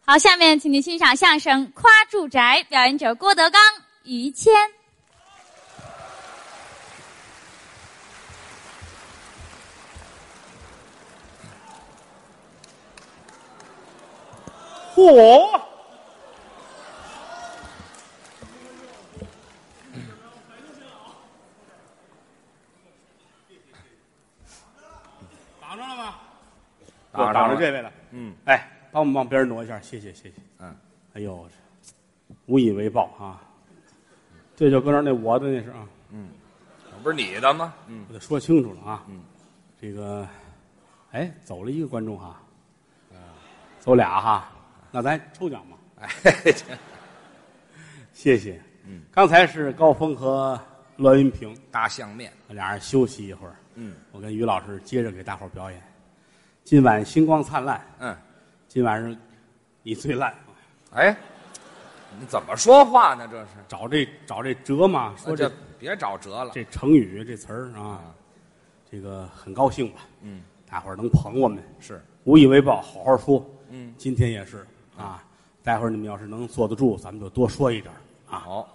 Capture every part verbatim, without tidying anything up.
好，下面请您欣赏相声《夸住宅》，表演者郭德纲、于谦。 嚯！挡着了吗？ 挡挡着这位了。 嗯， 哎，帮我们往边儿挪一下，谢谢谢谢。 嗯， 哎呦，无以为报啊！这就搁那儿那我的那是啊。 嗯，不是你的吗？嗯， 我得说清楚了啊。 嗯， 这个，哎，走了一个观众哈，走俩哈，那咱抽奖吧。 哎， 谢谢。 嗯， 刚才是高峰和栾云平大相面。 俩人休息一会儿。 嗯， 我跟于老师接着给大伙儿表演。今晚星光灿烂。 嗯， 今晚上你最烂。 哎，你怎么说话呢？这是找这找这辙嘛，说这这别找辙了。 这成语这词儿啊，这个很高兴吧？ 嗯， 大伙儿能捧我们是无以为报，好好说。 嗯， 今天也是啊，待会儿你们要是能坐得住，咱们就多说一点啊。 好，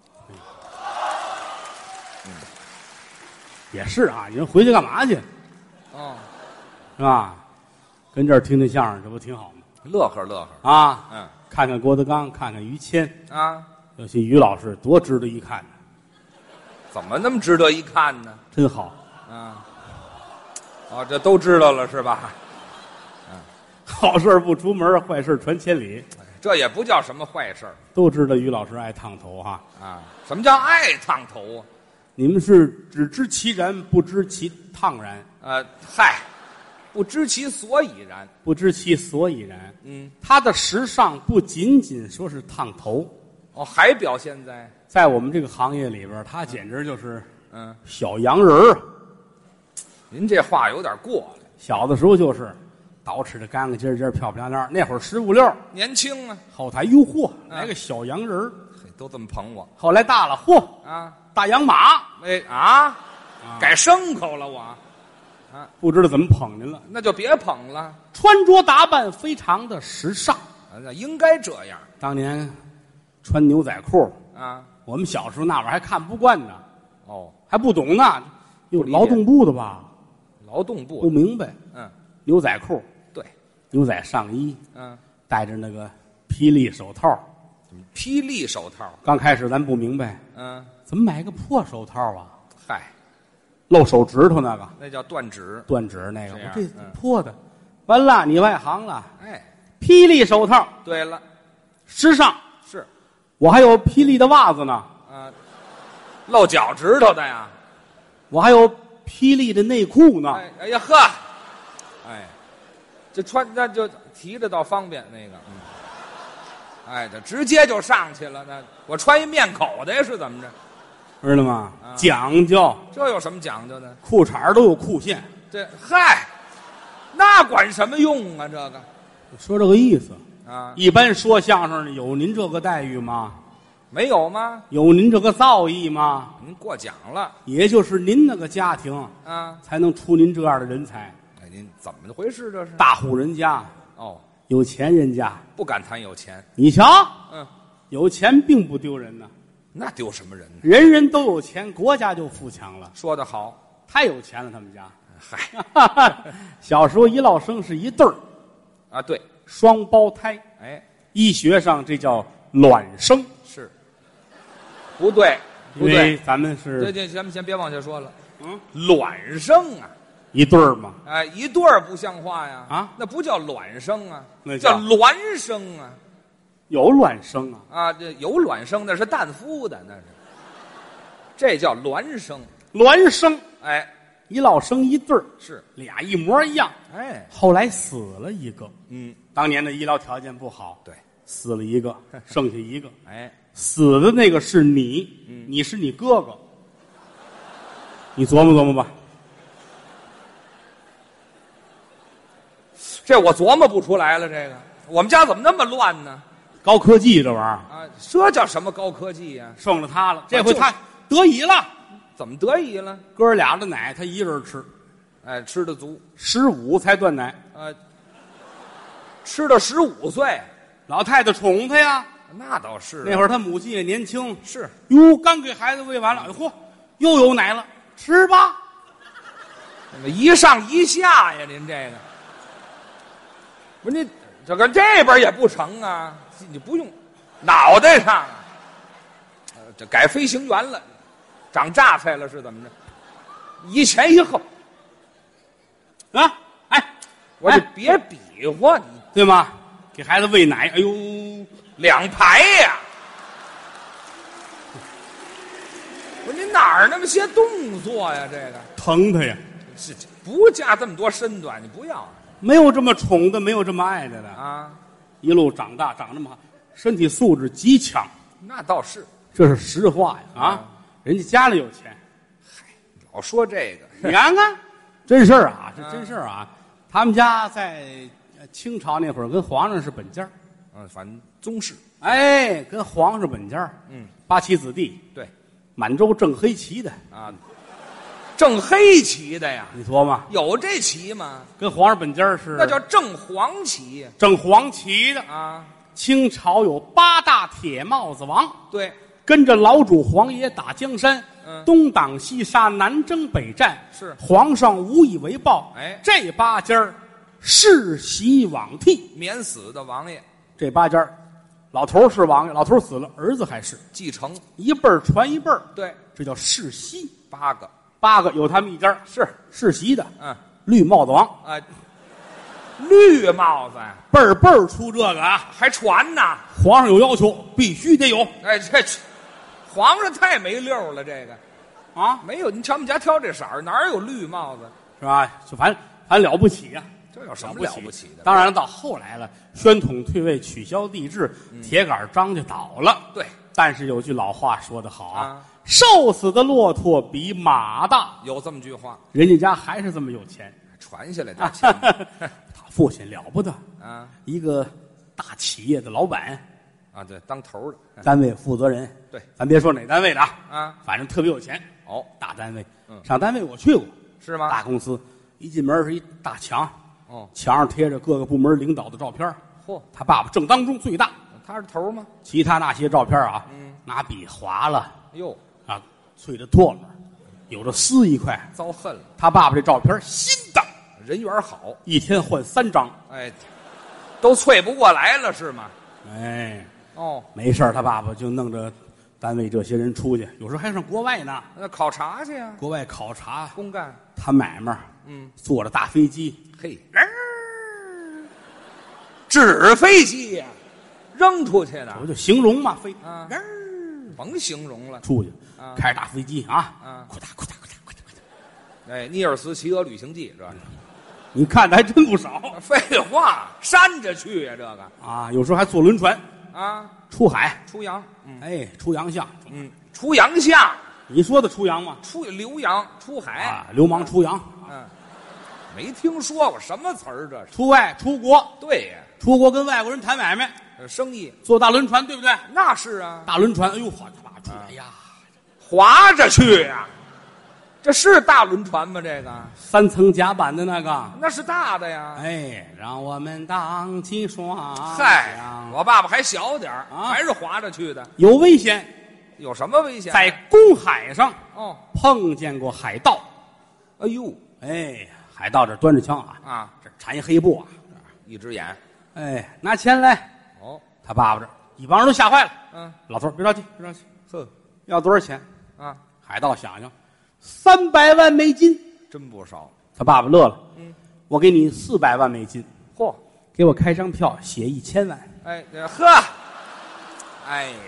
嗯，也是啊，你说回去干嘛去？ 哦， 是吧？跟这儿听听相声，这不挺好吗？ 乐呵乐呵啊， 嗯看看郭德纲，看看于谦， 啊， 尤其于老师多值得一看呢， 怎么那么值得一看呢？ 真好。 啊，哦，这都知道了是吧？ 好事不出门，坏事传千里。 这也不叫什么坏事儿都知道于老师爱烫头哈。 啊。什么叫爱烫头啊？ 你们是只知其然，不知其烫然， 呃，嗨，不知其所以然。 不知其所以然。 嗯， 他的时尚不仅仅说是烫头， 哦，还表现在在我们这个行业里边，他简直就是嗯， 小洋人儿。 您这话有点过了。 小的时候就是捯饬的干干净净、漂漂亮亮。那会儿十五六， 年轻啊， 后台哟嚯，来个小洋人儿。 嘿都这么捧我后来大了，嚯， 啊？ 大洋马， 哎啊， 啊改牲口了我， 不知道怎么捧您了。 那就别捧了。 穿着打扮非常的时尚。 啊，那应该这样当年穿牛仔裤， 啊。 我们小时候那玩意儿还看不惯呢， 哦， 还不懂呢。有不理解劳动部的吧， 劳动不部， 明白。 嗯， 牛仔裤， 对， 牛仔上衣， 嗯， 戴着那个霹雳手套。 霹雳手套， 刚开始咱不明白， 嗯， 怎么买个破手套啊？ 嗨， 露手指头那个， 那叫断指。 断指那个， 这样我这嗯破的，完了，你外行了。 哎， 霹雳手套， 对了， 时尚。 是， 我还有霹雳的袜子呢， 啊，露脚趾头的呀。 我还有霹雳的内裤呢。 哎哎呀呵，哎，这穿那就提着倒方便那个，嗯，哎，这直接就上去了。那我穿一面口的呀，是怎么着？ 知道吗？ 啊讲究， 这有什么讲究的？ 裤衩都有裤线。 这嗨，那管什么用啊？这个说这个意思。 啊， 一般说相声的有您这个待遇吗？ 没有吗？ 有您这个造诣吗？ 您过奖了也就是您那个家庭啊？ 才能出您这样的人才。 哎，您怎么回事？这是大户人家， 哦， 有钱人家， 不敢谈有钱。 你瞧， 嗯， 有钱并不丢人呢。 那丢什么人呢？ 人人都有钱，国家就富强了。 说得好， 太有钱了，他们家。 嗨小时候一落生是一对儿啊，对， 双胞胎， 哎， 医学上这叫卵生。 是不对，不因为对， 咱们这是这咱们先别往下说了。 嗯卵生啊， 一对儿嘛， 哎，一对儿不像话呀！ 啊那不叫卵生啊， 那叫叫孪生啊！ 有卵生啊， 啊，这有卵生那是蛋孵的，那是，这叫孪生。 卵生哎， 一落生一对儿， 是， 俩一模一样。 哎， 后来死了一个， 嗯， 当年的医疗条件不好， 对， 死了一个，剩下一个。 哎， 死的那个是你， 嗯你是你哥哥，你琢磨琢磨吧。 这我琢磨不出来了。这个我们家怎么那么乱呢？ 高科技这玩意儿， 啊，这叫什么高科技呀、 剩了他了，这回就是他得以了。 怎么得以了？ 哥儿俩的奶他一人吃， 哎，吃的足， 十五才断奶， 呃，吃到十五岁， 老太太宠他呀。 那倒是、啊。 那会儿他母亲也年轻， 是哟，刚给孩子喂完了，哎嚯，又有奶了，吃吧。 怎么一上一下呀？您这个，不是你这个这边也不成啊？你不用脑袋上、啊，呃，这改飞行员了，长榨菜了是怎么着？一前一后啊，哎， 我就别比划你， 对吗？给孩子喂奶，哎呦， 两排呀！不是您哪儿那么些动作呀？这个疼他呀！ 是不加这么多身段，你不要没有这么宠的，没有这么爱的的啊！ 一路长大，长那么好，身体素质极强， 那倒是， 这是实话呀！啊，嗯、人家家里有钱， 嗨，老说这个， 你看看，真事儿啊，这真事儿啊！他们家在清朝那会儿跟皇上是本家， 嗯，反正宗室， 哎，跟皇上是本家， 嗯， 八旗子弟， 对， 满洲正黑旗的啊。正黑旗的呀， 你琢磨有这旗吗？ 跟皇上本家是那叫正黄旗， 正黄旗的啊。 清朝有八大铁帽子王， 对， 跟着老主皇爷打江山， 嗯， 东挡西杀，南征北战， 是皇上无以为报。 哎， 这八家儿世袭罔替， 免死的王爷。 这八家儿老头是王爷，老头死了，儿子还是继承， 一辈儿传一辈儿。 对， 这叫世袭。 八个。 八个有他们一家是世袭的， 嗯， 绿帽子王啊，绿帽子辈儿辈儿出这个啊， 还传呢。 皇上有要求，必须得有。 哎，这皇上太没溜了，这个啊， 没有，你瞧我们家挑这色儿，哪有绿帽子是吧？就反正反正了不起呀、啊， 这有什么了不起的？ 当然到后来了，宣统退位，取消帝制， 嗯、 铁杆章就倒了。 对， 但是有句老话说得好啊。 啊瘦死的骆驼比马大， 有这么句话， 人家家还是这么有钱， 传下来的钱。 他父亲了不得啊， 一个大企业的老板啊，对，当头的单位负责人， 对， 咱别说哪单位的啊， 啊， 反正特别有钱。 哦， 大单位， 嗯， 上单位我去过， 是吗？ 大公司一进门是一大墙， 哦， 墙上贴着各个部门领导的照片。 嚯， 他爸爸正当中最大， 他是头吗？ 其他那些照片啊， 嗯， 拿笔划了， 哟。 啊，啐着唾沫，有的撕一块， 遭恨了。 他爸爸这照片新的， 人缘好， 一天换三张， 哎，都啐不过来了是吗？ 哎， 哦， 没事他爸爸就弄着单位这些人出去，有时候还上国外呢， 那考察去呀、啊， 国外考察公干， 他买卖， 嗯， 坐着大飞机， 嘿，纸飞机呀、啊，扔出去的， 我就形容嘛，飞， 啊，甭形容了， 出去。 啊、 开着大飞机啊， 啊， 咕哒咕哒咕哒咕哒咕哒， 哎，尼尔斯骑鹅旅行记，这你看的还真不少。 废话，扇着去呀、啊，这个啊，有时候还坐轮船啊， 出海出洋，嗯、 哎，出洋相， 嗯，出洋相， 你说的出洋吗？ 出留洋，出海啊，流氓出洋， 嗯，没听说过什么词儿，这是出外出国， 对呀， 出国跟外国人谈买卖， 生意坐大轮船，对不对？ 那是啊， 大轮船，哎呦，哗，他爸出来，哎呀。 划着去呀、啊，这是大轮船吗？这个三层甲板的那个， 那是大的呀。 哎，让我们荡起双桨。 嗨，我爸爸还小点儿、 啊， 还是划着去的。 有危险？ 有什么危险？ 在公海上哦， 碰见过海盗。 哎呦， 哎，海盗这端着枪啊， 啊， 这缠一黑布啊， 一只眼。 哎，拿钱来。 哦， 他爸爸这一帮人都吓坏了。 嗯， 老头别着急，别着急。 呵， 要多少钱？ 啊， 海盗想想，三百万美金， 真不少。 他爸爸乐了， 嗯， 我给你四百万美金， 嚯， 给我开张票，写一千万。 哎，呵，哎呀，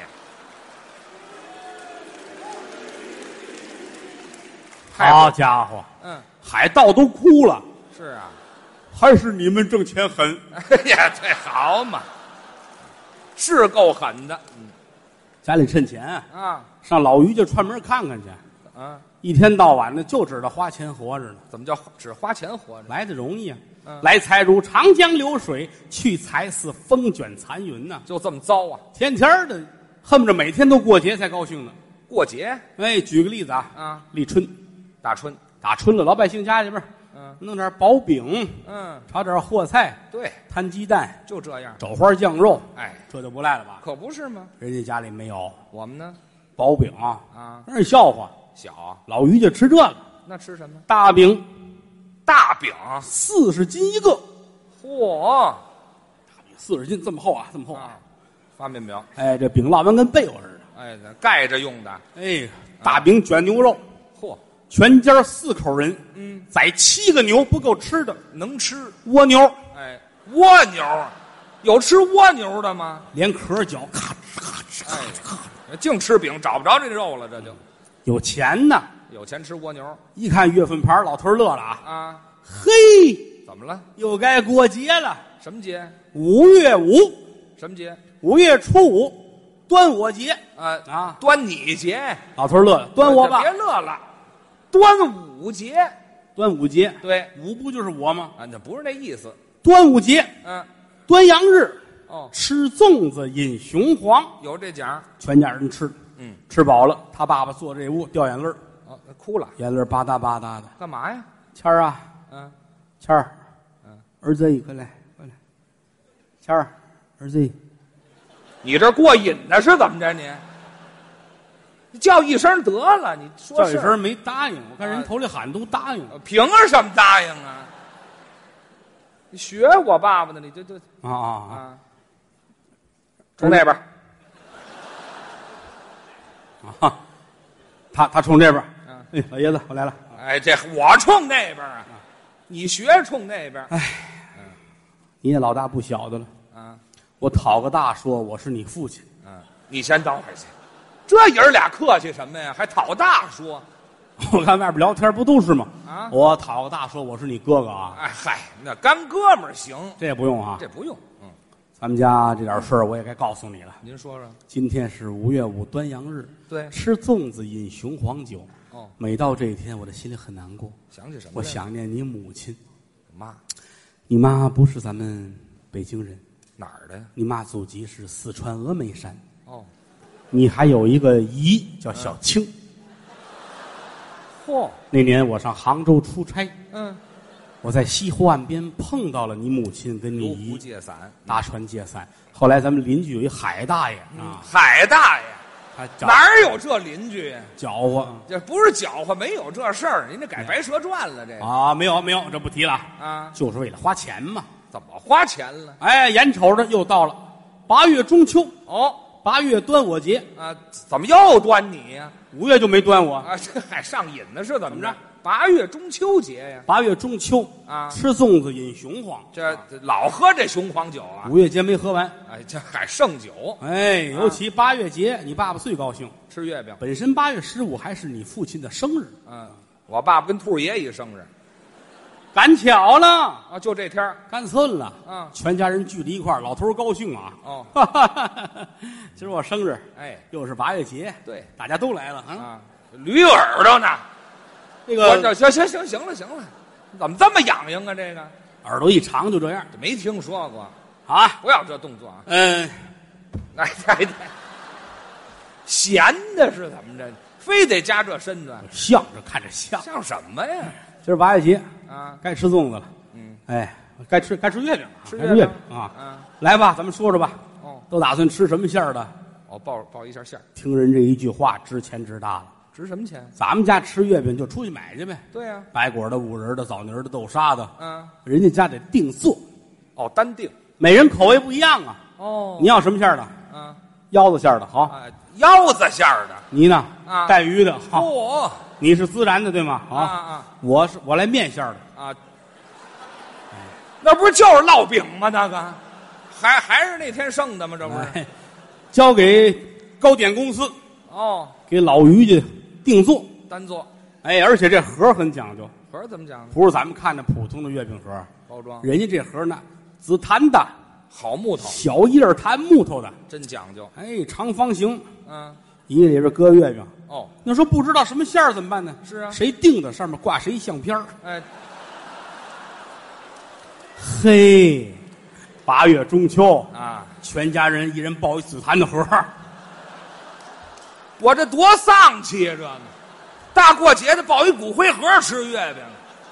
好家伙， 嗯， 海盗都哭了。 是啊， 还是你们挣钱狠。 哎呀，这好嘛，是够狠的。嗯， 家里趁钱啊， 上老于家串门看看去。 啊， 一天到晚的就知道花钱活着呢。 怎么叫只花钱活着？ 来的容易啊！ 嗯、 来财如长江流水，去财似风卷残云呐、啊。 就这么糟啊！ 天天的，恨不得每天都过节才高兴呢。 过节？ 哎，举个例子啊， 啊， 立春， 大春， 打春了，老百姓家里边， 嗯， 弄点薄饼， 嗯， 炒点和菜， 对， 摊鸡蛋， 就这样。 肘花酱肉， 哎， 这就不赖了吧？ 可不是吗？ 人家家里没有我们呢？ 薄饼啊， 啊， 那是笑话。 小， 老于家吃这个那吃什么？ 大饼， 大饼， 四十斤一个， 嚯， 四十斤这么厚啊，这么厚啊！ 啊，发面饼， 哎，这饼烙完跟被窝似的。 哎，盖着用的。 哎，大饼卷牛肉， 嚯， 全家四口人， 嗯， 宰七个牛不够吃的， 能吃。 蜗牛， 哎，蜗牛，有吃蜗牛的吗？ 连壳嚼，咔哧咔哧咔哧咔哧。 哎，净吃饼，找不着这肉了，这就有钱呢， 有钱吃蜗牛一看月份牌，老头乐了啊！ 啊？ 嘿， 怎么了？ 又该过节了， 什么节？ 五月五， 什么节？ 五月初五，端午节啊啊！ 端你节。 老头乐了，端我吧别，乐了，端午节。 端午节， 对， 五不就是我吗？ 啊，那不是那意思。 端午节， 嗯， 端阳日， 哦， 吃粽子饮雄黄， 有这奖。 全家人吃， 嗯， 吃饱了，他爸爸坐这屋掉眼泪儿， 哦，哭了， 眼泪儿吧嗒吧嗒的。 干嘛呀？ 谦儿啊， 嗯谦儿， 嗯， 儿子，快来，快来，谦儿，儿子， 你这过瘾呢是怎么着你？你叫一声得了，你说是叫一声没答应，我看人啊头里喊都答应呃凭什么答应啊？你学我爸爸呢？你这这啊啊啊！ 啊，从那边儿啊，他他冲这边儿， 嗯哎，老爷子，我来了。 哎，这我冲那边儿啊，你学冲那边儿你也老大不小的了， 啊， 我讨个大说我是你父亲， 嗯，你先等会儿去。这爷儿俩客气什么呀？还讨大说我看外边聊天不都是吗？ 啊？ 我讨个大说我是你哥哥啊， 哎嗨，那干哥们儿行， 这也不用啊。 这不用。嗯， 咱们家这点事儿我也该告诉你了。 您说说。 今天是五月五端阳日， 对， 吃粽子饮雄黄酒。 哦， 每到这一天，我的心里很难过， 想起什么来了？ 我想念你母亲。 妈， 你妈不是咱们北京人， 哪儿的呀？ 你妈祖籍是四川峨眉山。 哦， 你还有一个姨叫小青。 嚯， 那年我上杭州出差， 嗯， 我在西湖岸边碰到了你母亲跟你游湖姨借伞， 搭船借伞。后来咱们邻居有一海大爷啊， 海大爷他搅哪儿有这邻居呀？ 搅和这不是搅和，没有这事儿。您这改《白蛇传》了，这个啊，没有没有，这不提了， 啊， 就是为了花钱嘛。 怎么花钱了？ 哎，眼瞅着又到了八月中秋， 哦， 八月端午节， 啊，怎么又端你呀？ 五月就没端午。 啊，这还上瘾呢，是怎么着怎么着？ 八月中秋节呀， 八月中秋啊吃粽子饮雄黄， 这这老喝这雄黄酒啊， 五月节没喝完。 哎，这还剩酒， 哎，尤其八月节，你爸爸最高兴。 吃月饼。 本身八月十五还是你父亲的生日， 嗯，我爸爸跟兔爷一生日赶巧了， 啊，就这天儿。 赶寸了。 嗯全家人聚在一块儿，老头儿高兴啊。 哦， 今儿我生日， 哎， 又是八月节， 对大家都来了啊。 啊，驴耳朵呢？ 这我个这行行行行了行了，怎么这么痒痒啊？这个耳朵一长就这样没听说过， 啊。 不要这动作啊！ 嗯， 哎对对，闲的是怎么着？非得加这身段， 像着看着像。 像什么呀？ 今儿八月节， 啊， 该吃粽子了。 嗯， 哎，该吃该吃月饼了， 吃该吃月月饼饼啊。 嗯， 来吧，咱们说说吧， 哦， 都打算吃什么馅儿的？ 我报报一下馅儿， 听人这一句话，值钱值大了。 值什么钱？ 咱们家吃月饼就出去买去呗， 对呀， 白果的、五仁的、枣泥的、豆沙的， 嗯， 人家家得定做， 哦，单定， 每人口味不一样啊。 哦你要什么馅儿的？ 嗯， 腰子馅儿的好， 啊，腰子馅儿的， 你呢？ 啊带鱼的好， 嚯， 你是孜然的对吗？ 啊好， 啊我是我来面馅儿的。 啊，那不是就是烙饼吗？那个，还还是那天剩的吗？这不是？ 哎，交给糕点公司， 哦， 给老于家定做。 单做， 哎，而且这盒很讲究， 盒儿怎么讲呢？ 不是咱们看的普通的月饼盒， 包装人家这盒呢，紫檀的， 好木头， 小叶檀木头的， 真讲究。 哎，长方形， 嗯， 一个里边搁月饼。 哦， 那说不知道什么馅儿怎么办呢？ 是啊谁定的上面挂谁相片儿哎， 嘿，八月中秋， 啊， 全家人一人抱一紫檀的盒儿， 我这多丧气啊！这个，大过节的抱一骨灰盒吃月饼，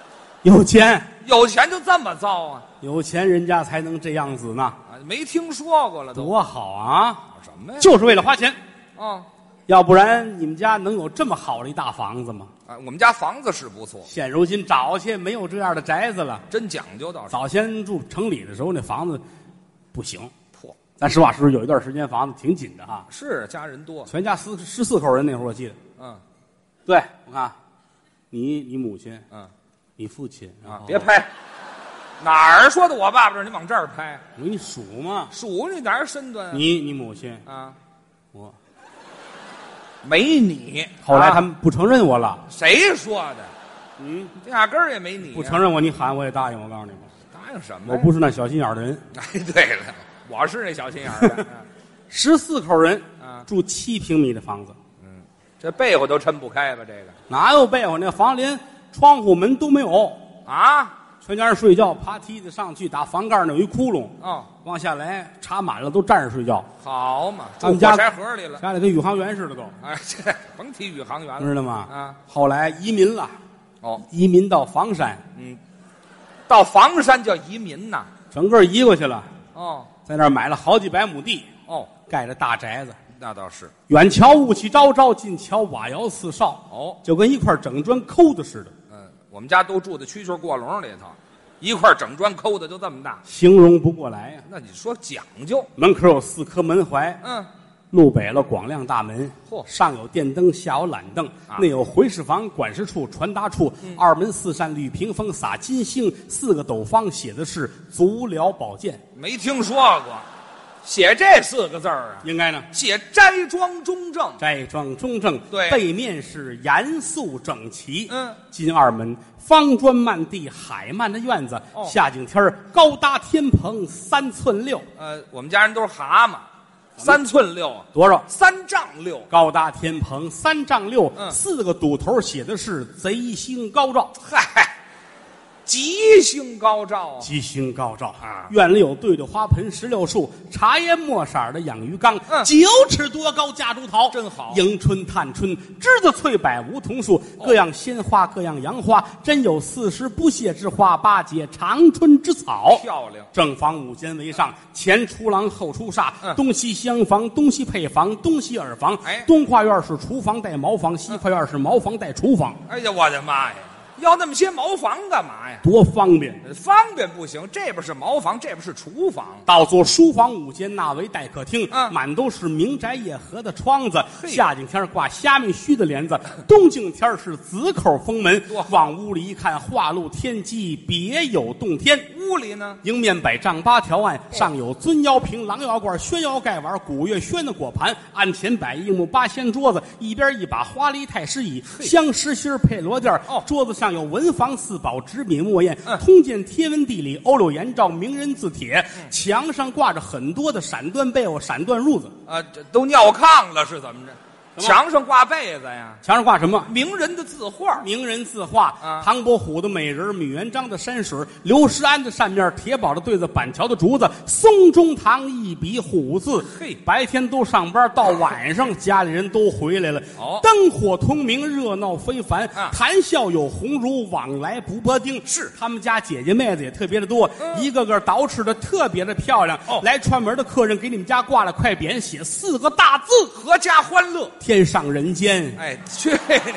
有钱， 有钱就这么糟啊？ 有钱人家才能这样子呢， 啊，没听说过了都。 多好啊！ 什么呀？ 就是为了花钱， 哦， 要不然你们家能有这么好的一大房子吗？ 啊，我们家房子是不错， 现如今找去没有这样的宅子了。 真讲究倒是。 早先住城里的时候，那房子不行， 破。 咱实话实说，有一段时间房子挺紧的哈。 是家人多， 全家十十四口人那会儿，我记得。 嗯， 对，我看，你你母亲， 嗯， 你父亲啊，别拍，哪儿说的我爸爸这儿？你往这儿拍， 我给你数嘛。 数你哪儿身段啊？ 你你母亲， 啊， 我。 没你。 后来他啊们不承认我了。 谁说的？ 嗯， 压根儿也没你、啊。 不承认我，你喊我也答应。我告诉你吧， 答应什么呀？ 我不是那小心眼儿的人。 哎，对了，我是那小心眼儿的。 十四口人啊， 住七平米的房子， 嗯，这被窝都撑不开吧？这个哪有被窝？那房连窗户门都没有， 啊， 全家人睡觉爬梯子上去，打房盖那有一窟窿， 哦， 往下来插满了，都站着睡觉。 好嘛， 他们家住火柴盒里了。 家里跟宇航员似的都， 哎，这甭提宇航员了， 知道吗？ 啊， 后来移民了， 哦， 移民到房山， 嗯，到房山叫移民呐。 整个移过去了， 哦在那儿买了好几百亩地， 哦， 盖了大宅子。 那倒是。 远瞧雾气昭昭，近瞧瓦窑四少， 哦， 就跟一块整砖抠的似的， 嗯，我们家都住在蛐蛐过笼里头，一块整砖抠的就这么大， 形容不过来呀、 那你说讲究？ 门口有四颗门槐， 嗯， 路北了广亮大门， 嚯上有电灯，下有懒凳， 啊内有回事房、管事处、传达处，二门四扇绿屏风，撒金星，四个斗方写的是足疗保健， 没听说过，写这四个字儿啊？ 应该呢。 写斋庄中正。 斋庄中正， 对背面是严肃整齐。 嗯， 进二门，方砖漫地，海漫的院子， 哦夏景天儿高搭天棚三寸六， 呃，我们家人都是蛤蟆，三寸六， 多少？ 三丈六。 高搭天棚三丈六， 嗯四个堵头写的是贼星高照， 嗨，吉星高照啊！ 吉星高照啊院里有对对花盆石榴树，茶叶墨色的养鱼缸， 嗯九尺多高夹竹桃， 真好迎春探春，栀子翠柏梧桐树，各样鲜花，各样洋花，真有四时不谢之花，八节长春之草。 漂亮。 正房五间为上，前出廊后出煞， 嗯东西厢房，东西配房，东西耳房。 哎东跨院是厨房带茅房，西跨院是茅房带厨房， 哎呀，我的妈呀！要那么些茅房干嘛呀？ 多方便。 方便不行，这边是茅房，这边是厨房。 到做书房五间，那为待客厅， 嗯满都是明宅夜合的窗子。 嘿夏景天挂虾米须的帘子，冬景天是紫口封门多好。 往屋里一看，画露天机，别有洞天。 屋里呢？ 迎面百丈八条案，上有尊窑瓶、狼窑罐、宣窑盖碗、古月轩的果盘，案前摆一木八仙桌子，一边一把花梨太师椅，镶石心配罗垫儿哦桌子上有文房四宝、纸笔墨砚、 嗯通鉴天文地理、欧柳颜照、名人字帖，墙上挂着很多的闪缎被窝、闪缎褥子。 啊，这都尿炕了是怎么着？ 什么墙上挂被子呀？ 墙上挂什么？ 名人的字画。 名人字画， 啊唐伯虎的美人，米元璋的山水，刘石安的扇面，铁宝的对子，板桥的竹子，松中堂一笔虎字。 嘿白天都上班，到晚上家里人都回来了， 哦灯火通明，热闹非凡， 啊谈笑有鸿儒，往来不拨丁。 是他们家姐姐妹子也特别的多， 嗯一个个捯饬的特别的漂亮。 哦来串门的客人给你们家挂了块匾，写四个大字： 阖家欢乐。 天上人间。 哎，去你的！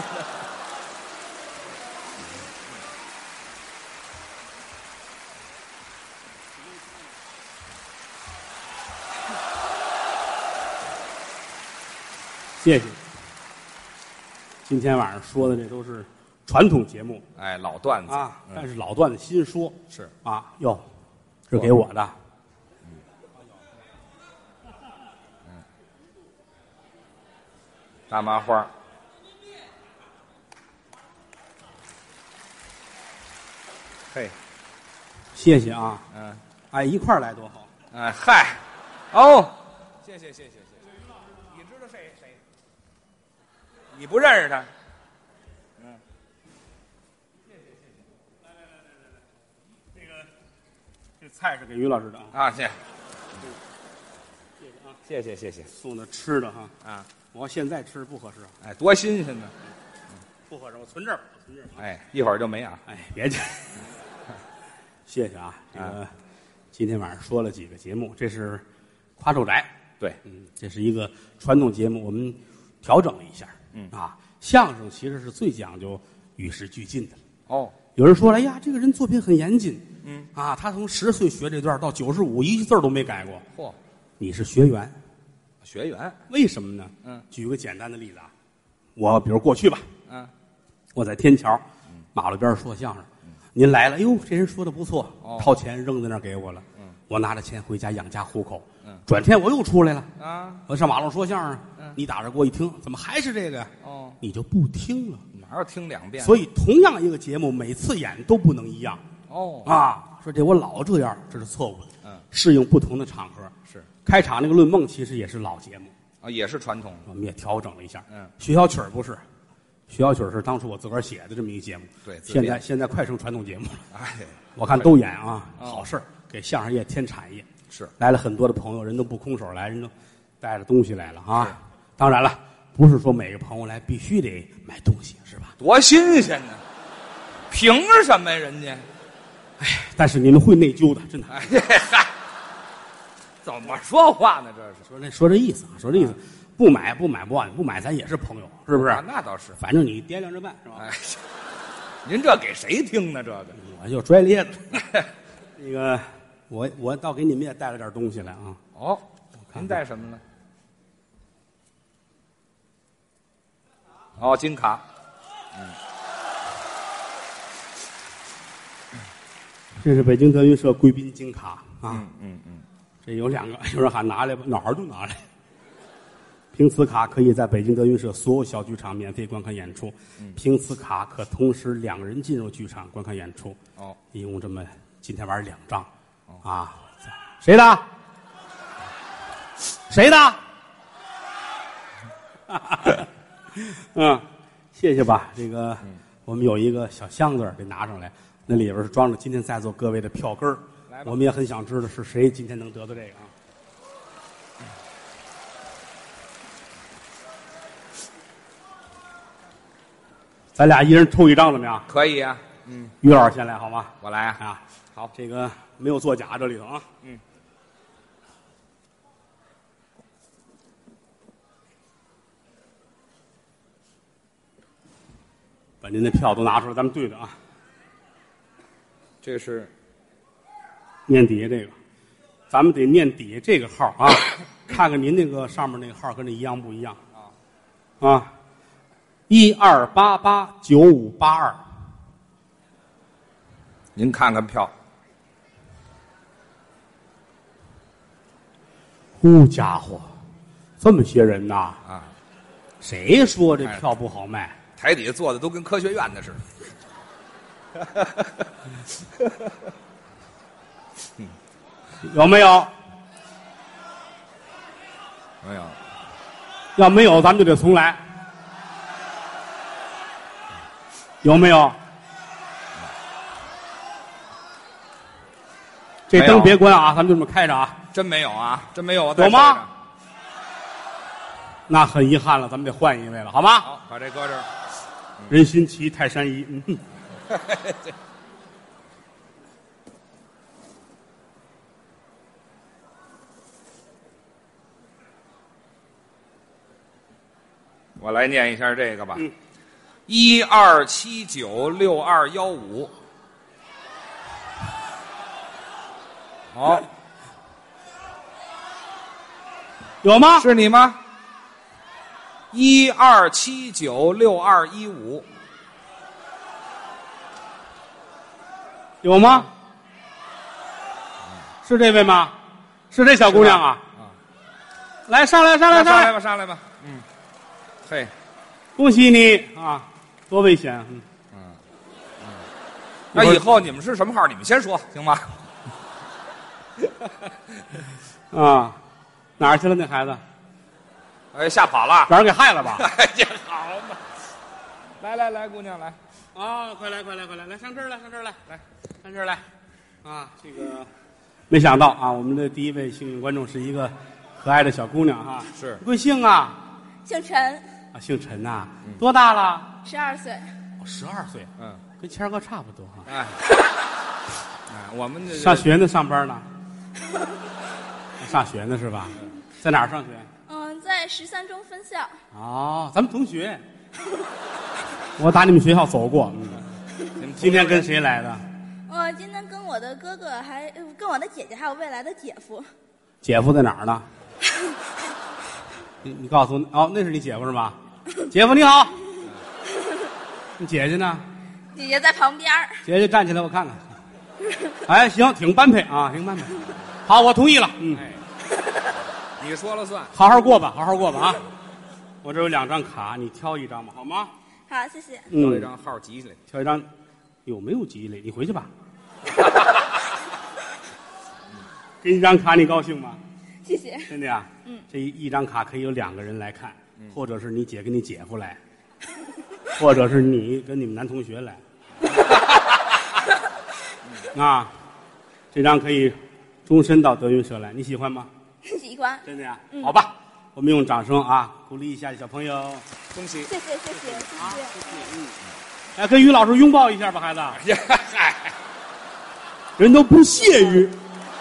谢谢。今天晚上说的这都是传统节目哎，老段子啊， 嗯但是老段子新说是啊。哟，这给我的， 大麻花。嘿， 谢谢啊。 嗯， 哎，一块儿来多好。 哎嗨，哦，谢谢谢谢谢谢。你知道谁谁？你不认识他？嗯，谢谢谢谢。来来来来来来， 这个这菜是给于老师的啊， 啊，谢谢谢谢啊， 谢谢谢谢送的吃的哈。 啊！ 我要现在吃不合适啊。 哎，多新鲜呢！ 不合适，我存这儿吧，我存这儿。 哎，一会儿就没啊。 哎，别介，谢谢啊。这个今天晚上说了几个节目，这是夸住宅， 对， 嗯，这是一个传统节目，我们调整了一下。 嗯啊，相声其实是最讲究与时俱进的。 哦， 有人说了，哎呀，这个人作品很严谨。 嗯啊，他从十岁学这段到九十五，一个字儿都没改过。 嚯， 你是学员， 学员， 为什么呢？ 嗯， 举个简单的例子啊，我比如过去吧， 嗯， 我在天桥马路边说相声，您来了，哎呦，这人说的不错， 哦掏钱扔在那儿给我了， 嗯， 我拿着钱回家养家糊口， 嗯， 转天我又出来了， 啊， 我上马路说相声， 嗯你打着过一听，怎么还是这个呀？ 哦， 你就不听了。 哪有听两遍？ 所以同样一个节目，每次演都不能一样哦， 啊。说这我老这样，这是错误的。 嗯， 适应不同的场合。 是开场那个论梦其实也是老节目， 啊，也是传统的。 我们也调整了一下。 嗯， 学校曲儿不是，学校曲儿是当初我自个儿写的这么一个节目。 对，自现编在现在快成传统节目了。 哎， 我看都演啊， 哦好事儿，给相声业添产业。 是来了很多的朋友，人都不空手来，人都带着东西来了是啊。当然了，不是说每个朋友来必须得买东西，是吧？ 多新鲜呢！凭什么呀？人家， 但是你们会内疚的，真的。 哎嗨，怎么说话呢？这是说这说这意思啊，说这意思，不买不买不完，不买咱也是朋友，是不是？ 啊那倒是。 反正你掂量着办，是吧？ 哎，您这给谁听呢？这个我就拽咧子。那个，我我倒给你们也带了点东西来啊。 哦， 看您带什么呢？哦，金卡。 这是北京德云社贵宾金卡啊。 嗯嗯嗯， 这有两个，有人喊拿来吧，哪儿就拿来。凭此卡可以在北京德云社所有小剧场免费观看演出， 嗯凭此卡可同时两人进入剧场观看演出。 哦， 一共这么今天晚上两张，啊，谁的？谁的？嗯，谢谢吧。这个、 嗯、 我们有一个小箱子给拿上来，那里边是装着今天在座各位的票根儿。我们也很想知道是谁今天能得到这个啊。咱俩一人抽一张怎么样？ 可以啊。嗯， 于老师先来好吗？ 我来啊。 啊，好，这个没有作假这里头啊。 嗯。 把您的票都拿出来，咱们对的啊。 这是念底下这个，咱们得念底下这个号啊，看看您那个上面那个号跟这一样不一样啊？啊，一二八八九五八二。 您看看票。 好家伙，这么些人呐！ 啊， 谁说这票不好卖？ 台底下坐的都跟科学院的似的。 有没有？ 没有。 要没有，咱们就得重来。有没有？这灯别关啊，咱们就这么开着啊。 真没有啊，真没有啊。 有吗？那很遗憾了，咱们得换一位了，好吗？ 好，把这搁这儿。 任心齐、泰山一，嗯。 我来念一下这个吧。 嗯， 一二七九六二幺五。好， 有吗？ 是你吗？一二七九六二一五。 有吗？是这位吗？是这小姑娘啊？ 啊， 来，上来，上来，上来上来吧，上来吧。嗯，嘿， 恭喜你啊！多危险！嗯嗯嗯。那以后你们是什么号？你们先说行吗？ 啊，哪儿去了那孩子？ 哎，吓跑了， 把人给害了吧？ 哎呀，好嘛！来来来，姑娘来啊，快来快来快来，来上这儿来，上这儿来，来上这儿来。啊，这个没想到啊，我们的第一位幸运观众是一个可爱的小姑娘哈。 是， 贵姓啊？ 姓陈。 啊，姓陈呐、啊，多大了？ 十二岁。 十二岁， 嗯， 跟谦儿哥差不多哈。 哎，哎，我们这上学呢，上班呢？上学呢是吧？在哪儿上学？ 嗯，在十三中分校。 哦，咱们同学。我打你们学校走过。嗯， 你们今天跟谁来的？ 我今天跟我的哥哥还呃跟我的姐姐还有未来的姐夫。 姐夫在哪儿呢？你你告诉我，哦，那是你姐夫是吧？姐夫你好。你姐姐呢？ 姐姐在旁边。 姐姐站起来，我看看。哎，行，挺般配啊，挺般配。好，我同意了。嗯， 哎，你说了算。 好好过吧，好好过吧啊！我这有两张卡，你挑一张吧，好吗？ 好，谢谢。 挑一张号集来， 挑一张。有没有吉利？你回去吧。给你张卡，你高兴吗？ 谢谢。 真的呀？ 嗯。 这一一张卡可以有两个人来看， 嗯、 或者是你姐跟你姐夫来，或者是你跟你们男同学来。啊，这张可以终身到德云社来，你喜欢吗？ 喜欢。 真的呀？ 嗯、 好吧，我们用掌声啊鼓励一下小朋友， 恭喜！ 谢谢谢谢谢谢。 啊、谢谢嗯。来，跟于老师拥抱一下吧，孩子。人都不屑于，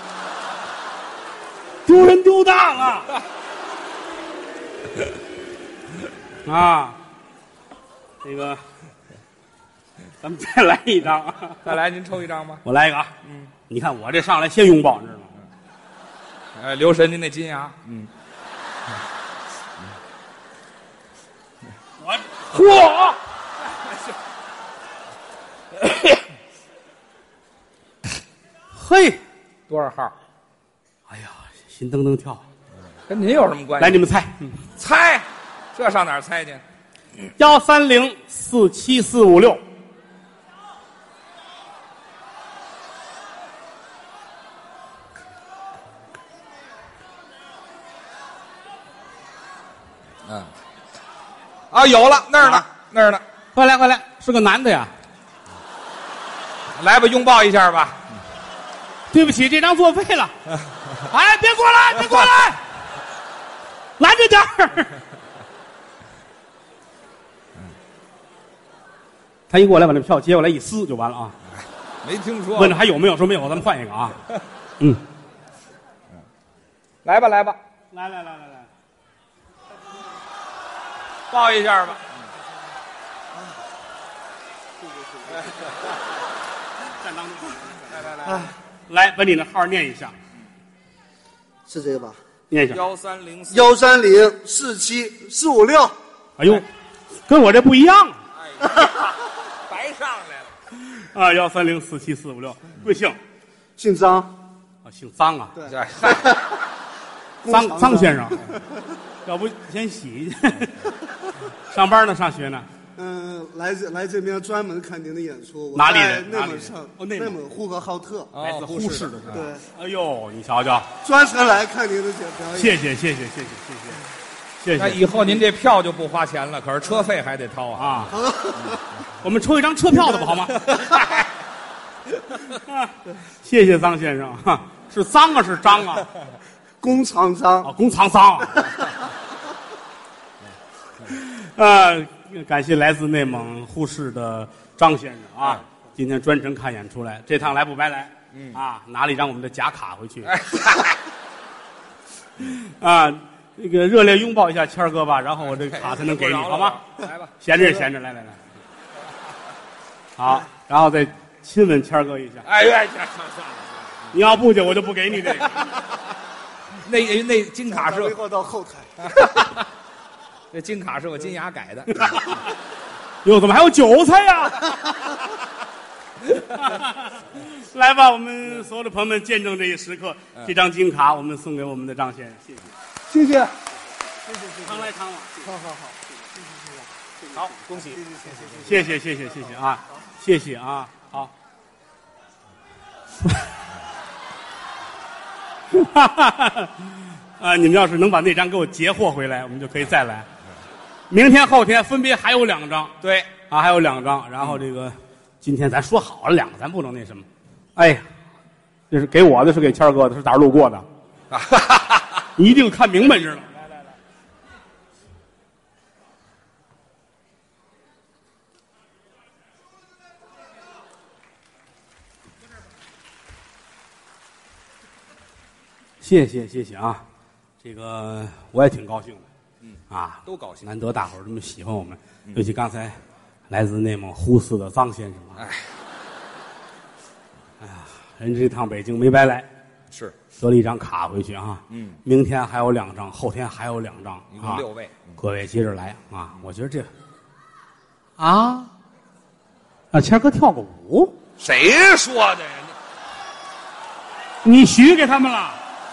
丢人丢大了。啊，这个，咱们再来一张。 再来，您抽一张吧。 我来一个啊。 嗯， 你看我这上来先拥抱，你知道吗？ 哎，留神您那金牙。嗯。 我嚯！嘿， 多少号？ 哎呀，心噔噔跳。 跟您有什么关系？ 来，你们猜，嗯、 猜，这上哪儿猜去？ 幺三零四七四五六。 嗯。啊，有了，那儿呢，那儿呢， 快来，快来，是个男的呀。 来吧，拥抱一下吧。 对不起，这张作废了。哎，别过来，别过来，拦着点儿。他一过来，把那票接过来一撕就完了啊。 没听说。 问着还有没有，说没有，咱们换一个啊。嗯， 来吧，来吧， 来来来来来， 抱一下吧。 站当中， 来来来。 哎， 来，把你的号念一下， 是这个吧？ 念一下。 幺三零四幺三零四七四五六。 哎呦，跟我这不一样啊！ 白上来了啊，幺三零四七四五六，贵姓？ 姓张。 啊，姓张啊。 对， 张张先生，要不先洗去。上班呢，上学呢？ 嗯，来这来这边专门看您的演出。 哪里人？ 内蒙上哦，内蒙呼和浩特。 来自呼市的是吧？ 对。 哎呦，你瞧瞧， 专程来看您的表演。 谢谢谢谢谢谢谢谢谢。 那以后您这票就不花钱了，可是车费还得掏啊。 啊，我们抽一张车票的吧，好吗？谢谢张先生，是脏啊是张啊？ 工厂张啊，工厂脏啊。呃，感谢来自内蒙呼市的张先生啊，今天专程看演出来，这趟来不白来。嗯啊，拿了一张我们的假卡回去。啊。那个热烈拥抱一下谦儿哥吧，然后我这个卡才能给你，好吗？ 来吧， 闲着闲着，来来来，好，然后再亲吻谦儿哥一下。 哎呀，算了算了， 你要不去，我就不给你这个。 那那金卡是我到后台， 这金卡是我金牙改的。 哟，怎么还有韭菜呀？来吧，我们所有的朋友们见证这一时刻，这张金卡我们送给我们的张先生，谢谢。 谢谢，谢谢， 常来常往， 好好好，谢谢谢谢， 好，恭喜， 谢谢谢谢谢谢谢啊，谢谢啊，好。啊，你们要是能把那张给我截获回来，我们就可以再来。明天后天分别还有两张， 对啊，还有两张。然后这个今天咱说好了两个，咱不能那什么。哎呀，这是给我的，是给谦儿哥的，是哪儿路过的？你一定看明白知道。来来来， 谢谢谢谢啊，这个我也挺高兴的， 嗯啊， 都高兴。 难得大伙儿这么喜欢我们，嗯、尤其刚才来自内蒙呼市的张先生啊， 哎， 哎呀，人这趟北京没白来， 是得了一张卡回去啊， 嗯， 明天还有两张，后天还有两张， 一共六位， 啊嗯、各位接着来啊！我觉得这啊，让谦哥跳个舞， 谁说的呀？ 你许给他们了。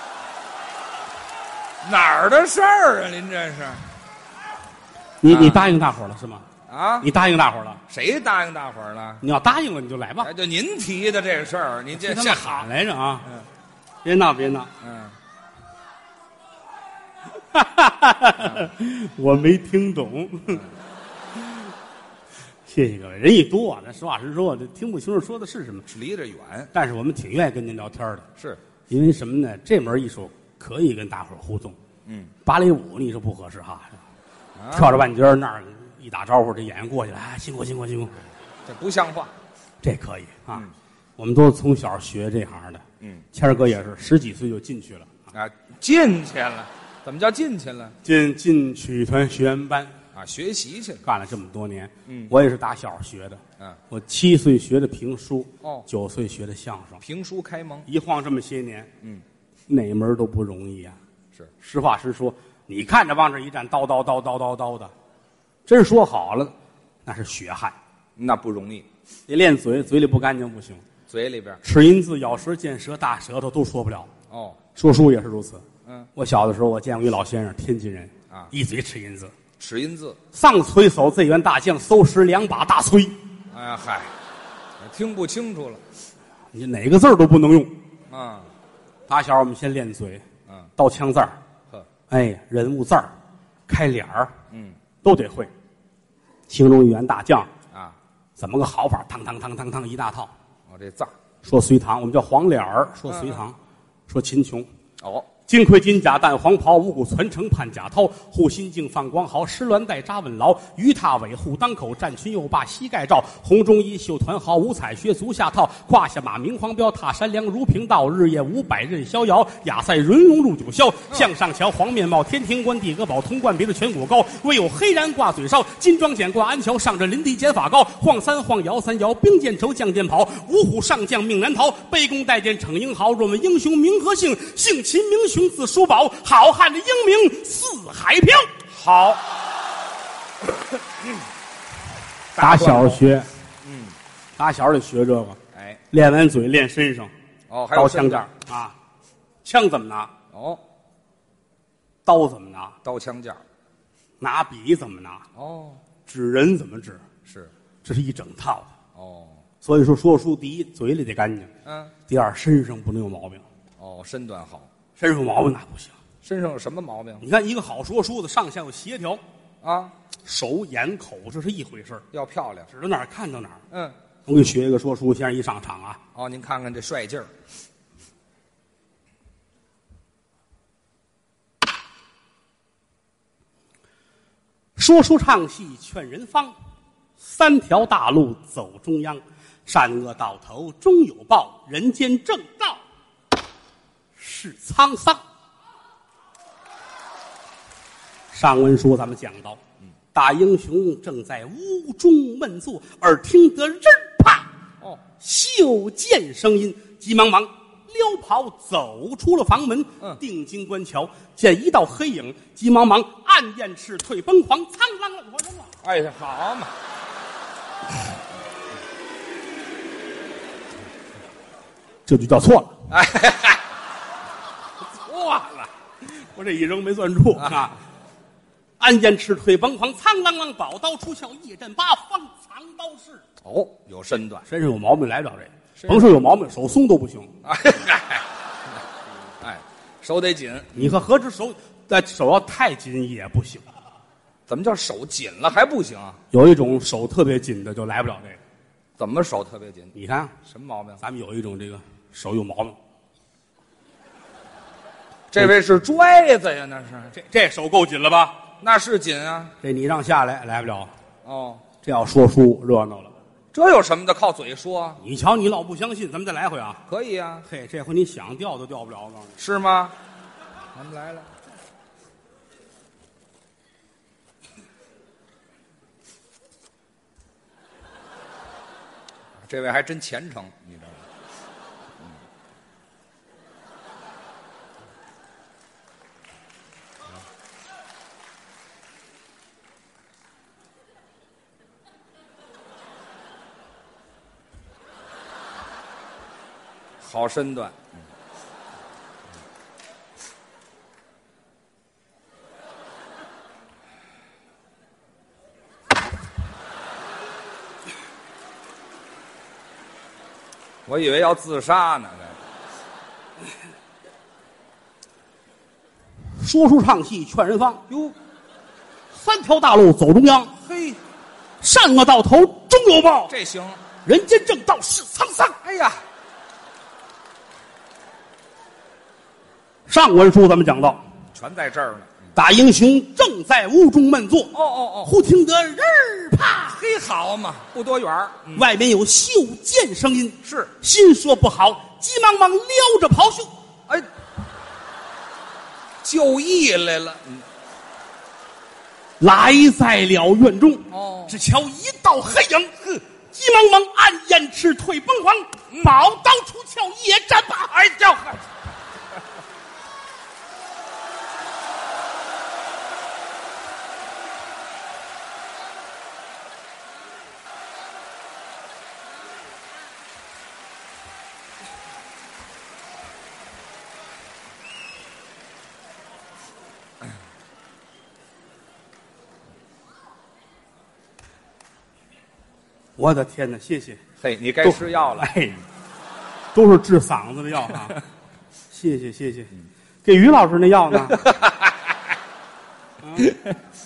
哪儿的事儿啊？您这是？ 你你答应大伙儿了是吗？ 啊？ 你答应大伙儿了？ 谁答应大伙儿了？ 你要答应了，你就来吧。 哎，就您提的这事儿，您这这喊来着啊！ 嗯， 别闹别闹。 嗯， 哈哈哈哈我没听懂。谢谢各位，人一多啊，咱实话实说，这听不清楚说的是什么。 离着远， 但是我们挺愿意跟您聊天的， 是因为什么呢？这门艺术可以跟大伙儿互动。 嗯， 芭蕾舞你说不合适哈， 啊跳着半截儿那儿一打招呼，这演员过去了，哎，辛苦辛苦辛苦， 这不像话。 这可以啊。 嗯我们都是从小学这行的， 嗯， 谦儿哥也是十几岁就进去了， 啊，进去了，怎么叫进去了？ 进进曲团学员班啊，学习去了。 干了这么多年。 嗯我也是打小学的， 嗯， 我七岁学的评书， 哦九岁学的相声， 评书开蒙。 一晃这么些年， 嗯， 哪门都不容易啊。 是， 实话实说，你看着往这一站，叨叨叨叨叨叨的，真说好了，那是血汗。 那不容易， 你练嘴，嘴里不干净不行， 嘴里边齿龈字、咬舌、见舌、大舌头都说不了。 哦， 说书也是如此。 嗯， 我小的时候，我见过一老先生，天津人啊一嘴齿龈字， 齿龈字。 上崔手这员大将，收拾两把大锤。 哎呀嗨，听不清楚了。 你哪个字儿都不能用。 啊， 打小我们先练嘴， 嗯， 刀枪字儿， 呵， 哎，人物字儿，开脸儿， 嗯， 都得会。形容一员大将啊， 怎么个好法？汤汤汤汤汤一大套。 我这字儿。 说隋唐，我们叫黄脸儿；说隋唐， 嗯说秦琼。 哦， 金盔金甲淡黄袍，五谷传承盼甲涛。护心镜放光豪，石鸾带扎稳牢。鱼踏尾护当口，战裙又把膝盖罩。红中衣绣团毫，五彩靴足下套。胯下马明黄标，踏山梁如平道。日夜五百任逍遥，亚塞润荣入九霄。向上瞧黄面帽，天庭冠地阁宝，通冠别的颧骨高。唯有黑髯挂嘴哨，金装剪挂鞍桥，上着林地剪法高。晃三晃摇三摇，兵剑愁将剑跑。五虎上将命难逃，背弓带箭逞英豪。若问英雄名和姓，姓秦名雄字叔宝，好汉的英名四海飘。 好。 打小学， 嗯， 打小就学这个， 哎， 练完嘴练身上。 哦，还有刀枪身架啊，枪怎么拿？ 哦， 刀怎么拿？ 刀枪架。 拿笔怎么拿？ 哦， 指人怎么指？ 是。 这是一整套的。 哦， 所以说说书，第一嘴里得干净， 嗯， 第二身上不能有毛病。 哦，身段好。 身上有毛病那不行。 身上有什么毛病你看一个好说书的，上下有协调， 啊？ 手眼口这是一回事儿， 要漂亮。 指到哪儿看到哪儿。 嗯。 我给你学一个说书先生一上场啊， 哦，您看看这帅劲儿。 说书唱戏劝人方，三条大路走中央，善恶到头终有报，人间正道是沧桑。上文书咱们讲到，大英雄正在屋中闷坐，耳听得人啪哦， 袖剑声音，急忙忙撩袍走出了房门， 嗯定睛观瞧，见一道黑影，急忙忙暗焰赤退崩狂，苍啷啷我扔了。 哎呀，好嘛！ 这就叫错了， 哎嗨， 错了，我这一扔没攥住啊！暗焰赤退崩狂，苍啷啷宝刀出鞘，一阵八方藏刀式。 哦，有身段。 身上有毛病来不了这个，甭说有毛病，手松都不行。 哎嗨，哎，手得紧。 你和何止手，但手要太紧也不行。 怎么叫手紧了还不行啊？ 有一种手特别紧的就来不了这个。 怎么手特别紧？ 你看， 什么毛病？ 咱们有一种这个手有毛病， 这位是拽子呀，那是。 这这手够紧了吧？ 那是紧啊。 这你让下来来不了。 哦， 这要说书热闹了， 这有什么的？靠嘴说。 你瞧，你老不相信，咱们再来回啊。 可以啊。 嘿，这回你想掉都掉不了，我告诉你。 是吗？咱们来了。这位还真虔诚，你知道吗？嗯。好身段。嗯。我以为要自杀呢。 说书唱戏劝人方， 哟， 三条大路走中央， 嘿， 善恶到头终有报， 这行。 人间正道是沧桑。 哎呀， 上文书咱们讲到， 全在这儿呢。 大英雄正在屋中闷坐， 哦哦哦， 忽听得人儿啪， 嘿，好嘛，不多远儿。嗯、 外面有袖剑声音， 是心说不好，急忙忙撩着袍袖， 哎，就义来了。嗯， 来在了院中。 哦， 只瞧一道黑影，哼，急忙忙按燕翅退崩黄， 嗯、 宝刀出鞘也战罢。 哎，叫呵。 我的天哪，谢谢！ 嘿，你该吃药了。 哎，都是治嗓子的药啊！谢谢谢谢，给于老师那药呢？嗯、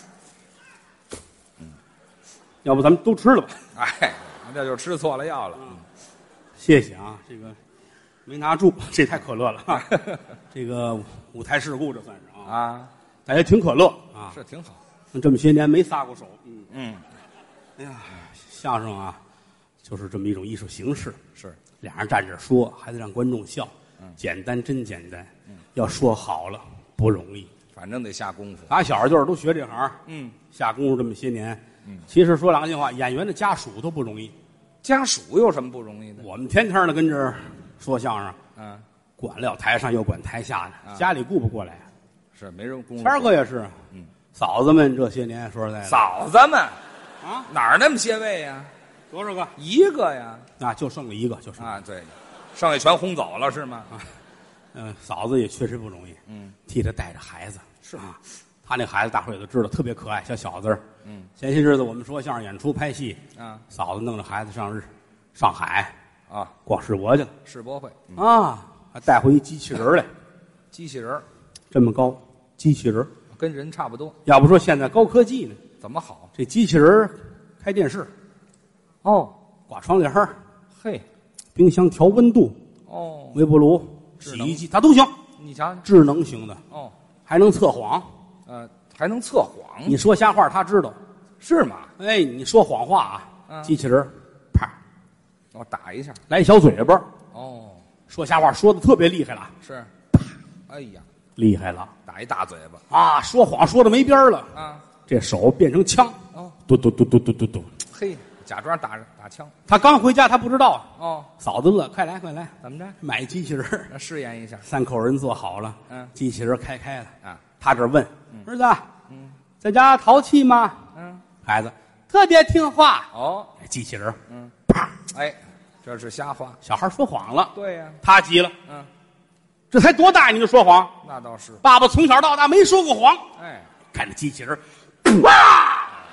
要不咱们都吃了吧？ 哎，这就吃错了药了。 嗯、谢谢啊，这个没拿住，这太可乐了啊！这个舞台事故这算是啊啊， 大家挺可乐啊， 是挺好。 这么些年没撒过手，嗯嗯， 哎呀。相声啊，就是这么一种艺术形式。 是， 俩人站这说，还得让观众笑。 嗯， 简单真简单。 嗯， 要说好了不容易， 反正得下功夫。 打小就是都学这行。 嗯， 下功夫这么些年。 嗯， 其实说良心话，演员的家属都不容易。 家属有什么不容易的？ 我们天天的跟这儿说相声， 嗯， 管了台上又管台下的， 啊、 家里顾不过来。 是没人功夫。 谦儿哥也是。 嗯， 嫂子们这些年说实在的， 嫂子们。 啊， 哪儿那么些位呀？ 多少个？ 一个呀。 啊，就剩了一个，就剩啊，对，剩下全轰走了是吗？ 啊，嗯、呃，嫂子也确实不容易。 嗯， 替他带着孩子是啊，他那孩子大伙也都知道，特别可爱，小小子。 嗯， 前些日子我们说相声演出拍戏啊， 嫂子弄着孩子上日上海啊逛世博去了， 世博会、嗯、 啊，还带回一机器人来， 机器人这么高，机器人跟人差不多。 要不说现在高科技呢？ 怎么好？ 这机器人开电视， 哦， 挂窗帘儿， 嘿， 冰箱调温度， 哦， 微波炉、洗衣机，它都行。 你瞧， 智能型的， 哦， 还能测谎， 呃，还能测谎。 你说瞎话，他知道， 是吗？ 哎，你说谎话啊， 嗯、 机器人啪， 我、哦、打一下， 来一小嘴巴。 哦， 说瞎话说的特别厉害了， 是，哎呀， 厉害了， 打一大嘴巴啊！说谎说的没边儿了啊！ 这手变成枪， 哦， 嘟嘟嘟嘟嘟嘟嘟， 嘿，假装打打枪。 他刚回家，他不知道。 哦， 嫂子乐，快来快来， 怎么着？ 买机器人儿， 试验一下。 三口人坐好了， 嗯， 机器人开开了啊。 他这问儿子， 嗯， 在家淘气吗？ 嗯， 孩子特别听话。 哦， 机器人， 嗯， 啪， 哎，这是瞎话。 小孩说谎了。 对呀， 他急了。 嗯， 这才多大你就说谎？ 那倒是。 爸爸从小到大没说过谎。 哎， 看着机器人，哇！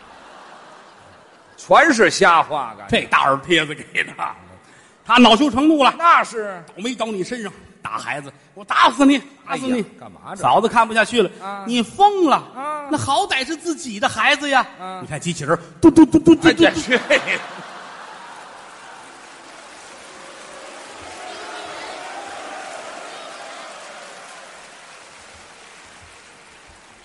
全是瞎话， 这大耳贴子给他，他恼羞成怒了。 那是倒霉到你身上，打孩子，我打死你，打死你！ 哎、干嘛？ 嫂子看不下去了， 啊、 你疯了！ 啊、 那好歹是自己的孩子呀！ 啊、 你看机器人，嘟嘟嘟嘟嘟嘟， 哎去！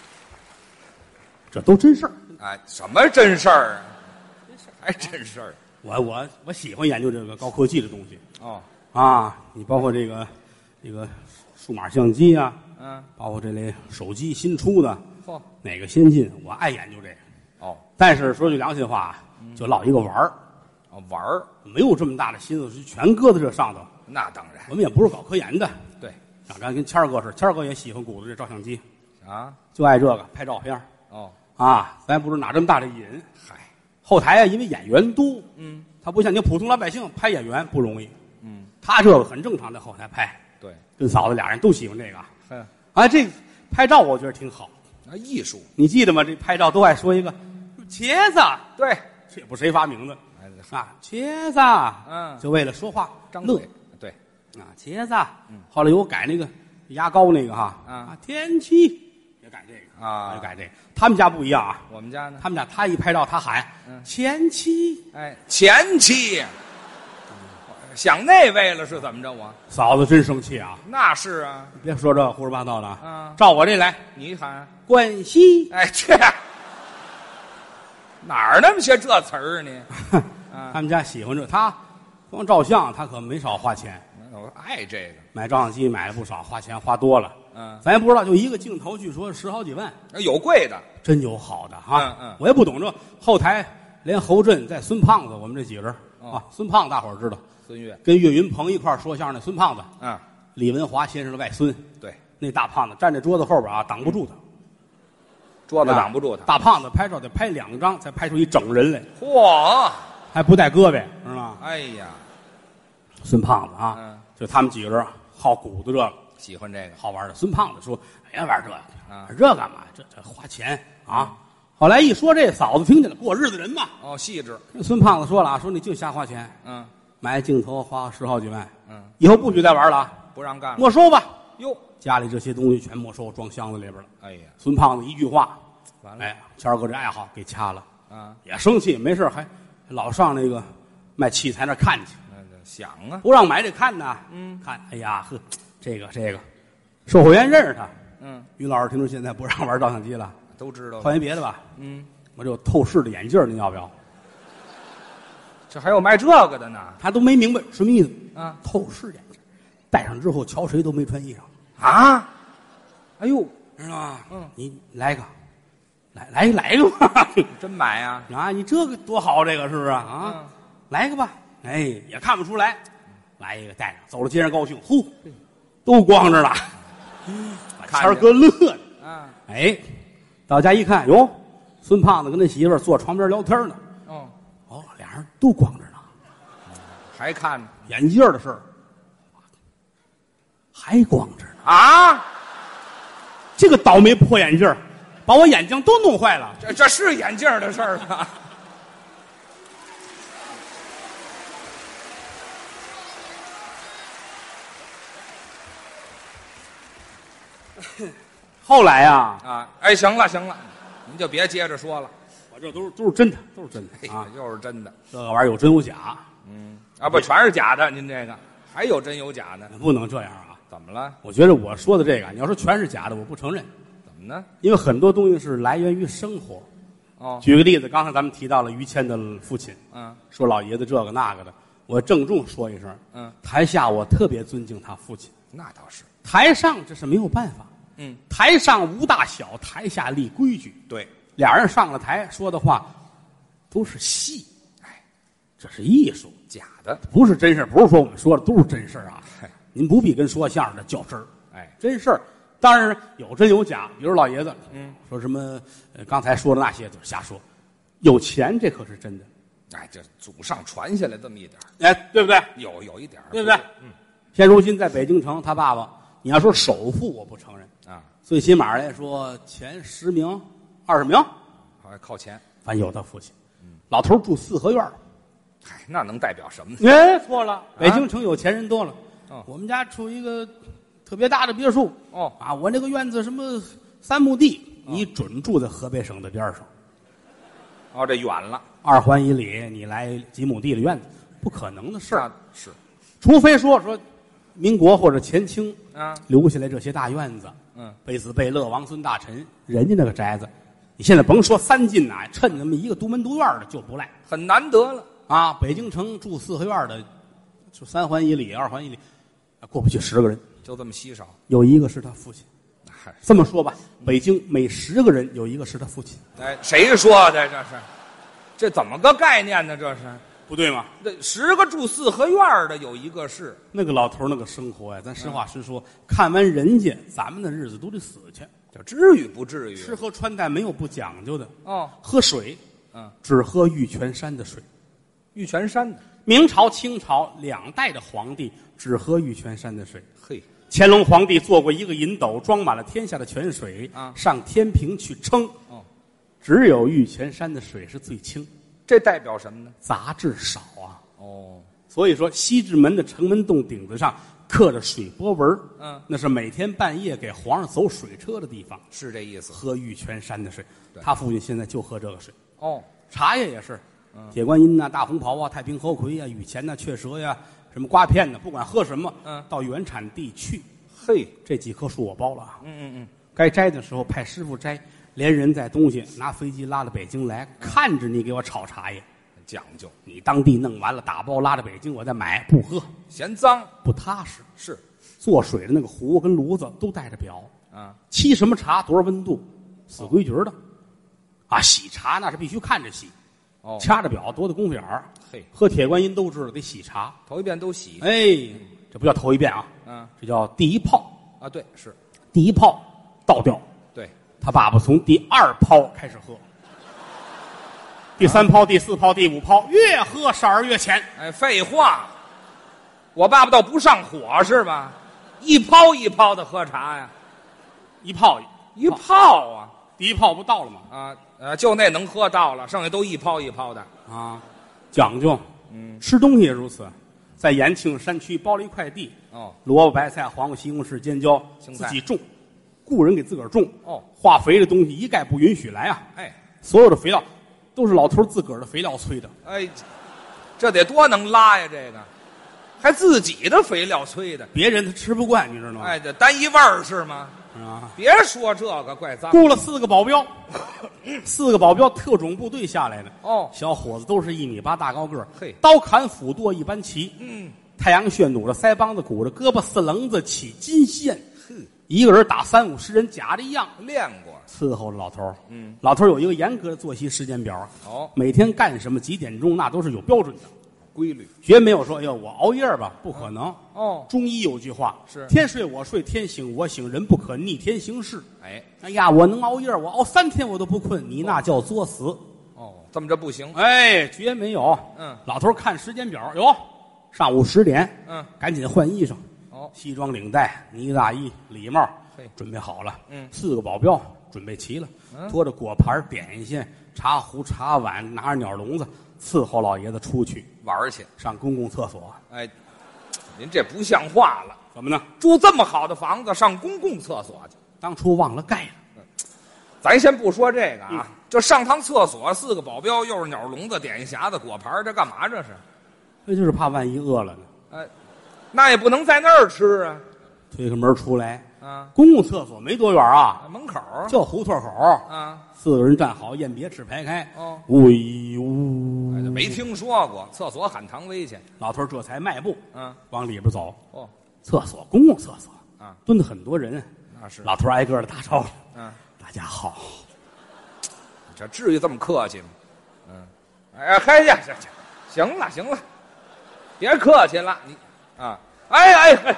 这都真事儿。 哎，什么真事儿啊？还真事儿。 我我我喜欢研究这个高科技的东西哦， 啊，你包括这个这个数码相机啊， 嗯， 包括这类手机新出的， 嚯， 哪个先进，我爱研究这个。 哦， 但是说句良心话，就落一个玩儿， 哦，玩儿， 没有这么大的心思，全搁在这上头。 那当然， 我们也不是搞科研的， 对， 长咱跟谦儿哥似的，谦儿哥也喜欢鼓捣这照相机， 啊， 就爱这个拍照片儿哦， 啊，咱不是哪这么大的瘾。 嗨， 后台啊，因为演员多， 嗯， 他不像你普通老百姓拍演员不容易， 嗯， 他这个很正常，在后台拍。 对， 跟嫂子俩人都喜欢这个， 哼， 啊，这个拍照我觉得挺好。 啊，艺术， 你记得吗？这拍照都爱说一个茄子， 对， 这也不是谁发明的哎， 啊，茄子， 嗯就为了说话乐张嘴，对， 啊，茄子。后来有改那个牙膏那个哈啊， 天气也改这个啊也改这个。他们家不一样啊， 我们家呢， 他们家他一拍照他喊嗯前妻， 哎，前妻，想那位了是怎么着？我嫂子真生气啊！ 那是啊， 别说这胡说八道的啊， 嗯照我这来， 你喊， 关西。 哎，这哪儿那么些这词儿啊你？啊， 他们家喜欢这，他光照相他可没少花钱， 我爱这个， 买照相机买了不少，花钱花多了。 嗯， 咱也不知道，就一个镜头，据说十好几万， 有贵的， 真有好的啊！ 嗯嗯我也不懂这后台，连侯震在孙胖子，我们这几个人、 哦啊，孙胖子大伙儿知道， 孙越， 跟岳云鹏一块儿说相声的孙胖子， 嗯， 李文华先生的外孙， 对， 那大胖子站在桌子后边啊，挡不住他， 桌子挡不住他， 大胖子拍照得拍两张才拍出一整人来， 嚯， 还不带胳膊，知道吗？ 哎呀， 孙胖子啊， 嗯就他们几个人好鼓捣这个。 喜欢这个， 好玩的。孙胖子说：“哎呀，玩这个， 啊这干嘛？这这花钱啊！”后来一说这，嫂子听见了，过日子人嘛。 哦，细致， 跟孙胖子说了啊，说你净瞎花钱， 嗯买镜头花十好几万， 嗯， 以后不许再玩了啊， 不让干了， 没收吧。 哟， 家里这些东西全没收，装箱子里边了。 哎呀， 孙胖子一句话， 完了， 哎，谦儿哥这爱好给掐了， 啊， 也生气，没事还老上那个卖器材那儿看去， 那就想啊， 不让买得看呐。 嗯， 看，哎呀呵，这个这个，售货员认识他。 嗯， 于老师听说现在不让玩照相机了， 都知道， 换一别的吧。 嗯， 我这有透视的眼镜儿，您要不要？ 这还有卖这个的呢， 他都没明白什么意思。 啊透视眼镜，戴上之后瞧谁都没穿衣裳， 啊，哎呦， 知道吗？ 嗯， 你来一个，来来一来一个吧。 真买啊， 啊，你这个多好，这个是不是啊？ 嗯来一个吧。哎，也看不出来，来一个戴上，走到街上高兴，呼，都光着了。谦儿哥乐的。 啊， 哎，到家一看，哟，孙胖子跟他媳妇儿坐床边聊天呢。 哦， 哦，俩人都光着呢。 还看呢， 眼镜儿的事儿，还光着呢。 啊， 这个倒霉破眼镜儿，把我眼睛都弄坏了。 这这是眼镜的事儿吗？ 后来啊， 啊，哎，行了行了，您就别接着说了， 我这都是都是真的，都是真哎的啊。 又是真的， 这个玩意儿有真有假， 嗯，啊不，全是假的，您这个还有真有假呢， 不能这样啊。 怎么了？ 我觉得我说的这个，你要说全是假的，我不承认， 怎么呢？ 因为很多东西是来源于生活。 哦， 举个例子，刚才咱们提到了于谦的父亲， 嗯说老爷子这个那个的，我郑重说一声， 嗯， 台下我特别尊敬他父亲， 那倒是， 台上这是没有办法， 嗯， 台上无大小，台下立规矩。 对， 俩人上了台说的话都是戏， 哎， 这是艺术， 假的， 不是真事儿，不是说我们说的都是真事儿啊嘿。 您不必跟说相声的较真儿， 哎， 真事儿。当然有真有假，比如老爷子， 嗯， 说什么呃刚才说的那些就是瞎说，有钱这可是真的， 哎，这祖上传下来这么一点儿哎，对不对？ 有有一点儿对不对？ 嗯， 现如今在北京城，他爸爸，你要说首富，我不承认， 啊， 最起码来说前十名、二十名， 还靠钱， 反有他父亲。老头儿住四合院儿， 嗨，那能代表什么呢？ 哎，错了，北京城有钱人多了。 哦我们家住一个特别大的别墅， 哦啊，我那个院子什么三亩地，你准住在河北省的边上， 哦，这远了， 二环以里，你来几亩地的院子，不可能的事儿。 那是除非说说，民国或者前清啊， 留下来这些大院子， 嗯， 贝子贝勒、王孙大臣，人家那个宅子，你现在甭说三进呐，趁那么一个独门独院的就不赖很难得了啊，北京城住四合院的，就三环以里、二环以里，过不去十个人， 就这么稀少。 有一个是他父亲。 嗨， 这么说吧，北京每十个人有一个是他父亲。 哎，谁说的这是？这怎么个概念呢？这是不对吗？ 这十个住四合院的有一个是那个老头那个生活呀，咱实话实说，看完人家，咱们的日子都得死去。 这至于不至于？ 吃喝穿戴没有不讲究的。 哦， 喝水， 嗯， 只喝玉泉山的水。 玉泉山的， 明朝、清朝两代的皇帝只喝玉泉山的水。 嘿， 乾隆皇帝做过一个银斗，装满了天下的泉水， 啊， 上天平去称。 哦， 只有玉泉山的水是最清。 这代表什么呢？ 杂质少啊。 哦， 所以说西直门的城门洞顶子上刻着水波纹， 嗯， 那是每天半夜给皇上走水车的地方， 是这意思。 喝玉泉山的水。 对， 他父亲现在就喝这个水。 哦， 茶叶也是， 嗯， 铁观音呐、大红袍啊、太平河葵呀、雨前呐、雀舌呀、什么瓜片呐，不管喝什么， 嗯， 到原产地去。 嘿， 这几棵树我包了啊。 嗯嗯嗯， 该摘的时候派师傅摘，连人带东西拿飞机拉到北京来，看着你给我炒茶叶。 讲究。 你当地弄完了打包拉到北京，我再买，不喝， 嫌脏不踏实。 是， 做水的那个壶跟炉子都带着表啊， 沏什么茶多少温度，死规矩的。啊，洗茶那是必须看着洗， 哦， 掐着表多大功夫眼儿。 嘿， 喝铁观音都知道得洗茶， 头一遍都洗。 哎，这不叫头一遍啊， 嗯， 这叫第一泡啊，对，是， 第一泡倒掉。 对， 他爸爸从第二泡开始喝，第三泡、第四泡、第五泡，越喝色儿越浅。 哎，废话，我爸爸倒不上火是吧？一泡一泡的喝茶呀， 一泡一泡啊， 第一泡不到了吗？ 啊，呃，就那能喝到了，剩下都一泡一泡的。 啊，讲究。 嗯， 吃东西也如此，在延庆山区包了一块地， 哦， 萝卜、白菜、黄瓜、西红柿、尖椒， 青菜自己种，雇人给自个儿种。 哦， 化肥的东西一概不允许来啊！ 哎， 所有的肥料都是老头自个儿的肥料催的。 哎，这得多能拉呀！这个，还自己的肥料催的， 别人他吃不惯，你知道吗？ 哎，这单一味儿是吗？ 啊， 别说这个，怪脏。 雇了四个保镖，四个保镖特种部队下来的。 哦， 小伙子都是一米八大高个儿， 嘿， 刀砍斧剁一般齐。 嗯， 太阳穴努着，腮帮子鼓着，胳膊四棱子起金线。 哼， 一个人打三五十人，假着一样练过。 伺候着老头儿。 嗯， 老头儿有一个严格的作息时间表。 哦， 每天干什么，几点钟，那都是有标准的， 规律。 绝没有说哎呦我熬夜吧，不可能。 哦， 中医有句话是天睡我睡，天醒我醒，人不可逆天行事。 哎， 哎呀，我能熬夜，我熬三天我都不困，你那叫作死。 哦，这么着不行。 哎，绝没有。 嗯， 老头儿看时间表，哟，上午十点， 嗯， 赶紧换衣裳。 哦， 西装领带、呢大衣、礼帽， 嘿， 准备好了。 嗯， 四个保镖准备齐了， 嗯， 拖着果盘、点心、茶壶、茶碗，拿着鸟笼子，伺候老爷子出去玩去。 上公共厕所。 哎，您这不像话了。 怎么呢？ 住这么好的房子，上公共厕所去？ 当初忘了盖了。 咱先不说这个啊， 嗯就上趟厕所，四个保镖，又是鸟笼子、点心匣子、果盘，这干嘛这是？ 那就是怕万一饿了呢。 哎，那也不能在那儿吃啊。 推开门出来， 啊， 公共厕所没多远啊， 门口就胡同口。 啊， 四个人站好，雁别翅排开。 哦， 喂呜， 哎，没听说过厕所喊唐威去。 老头儿这才迈步， 嗯， 往里边走。 哦， 厕所，公共厕所啊， 蹲的很多人。 那是。 老头儿挨个的打招呼。 嗯， 大家好。 这至于这么客气吗？嗯，哎，嘿呀，行行，行了行了，别客气了，你啊，哎哎嘿，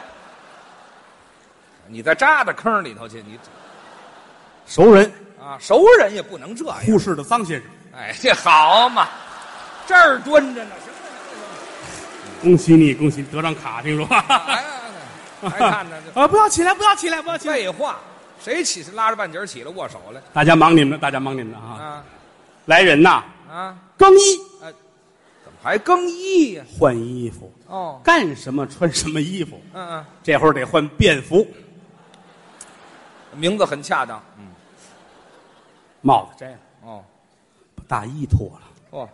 你再扎到坑里头去，你熟人啊，熟人也不能这样。 忽视的臧先生， 哎，这好嘛，这儿蹲着呢，行了恭喜你，恭喜你得张卡，听说吧？ 行了，哎哎，还看着啊，不要起来，不要起来，不要起来！ 废话，谁起拉着半截起来握手来？ 大家忙你们的，大家忙你们的啊！ 啊来人呐， 啊， 更衣， 怎么还更衣呀？ 换衣服， 哦， 干什么穿什么衣服？ 嗯嗯， 这会儿得换便服， 名字很恰当。嗯， 帽子摘了， 哦把大衣脱了， 哦，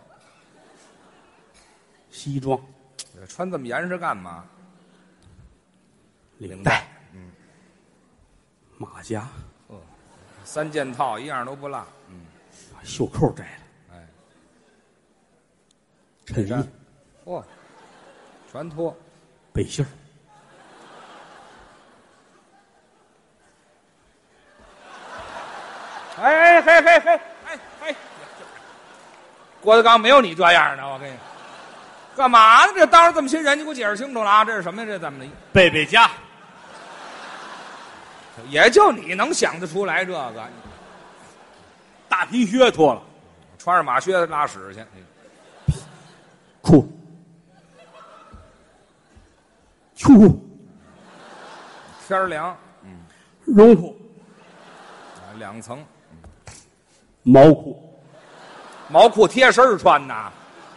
西装、 穿这么严实干嘛？ 领带，嗯，马甲， 哦，三件套一样都不落。嗯， 袖扣摘了， 哎， 衬衣， 嚯，全脱。 背心儿， 哎哎嘿嘿嘿，哎哎，郭德纲没有你这样的，我跟你。干嘛呢？这当着这么些人，你给我解释清楚了啊！这是什么呀？这怎么的？ 贝贝家， 也就你能想得出来这个。 大皮靴脱了， 穿着马靴拉屎去。 裤，秋裤， 天儿凉， 绒裤， 两层毛裤， 毛裤贴身穿呐。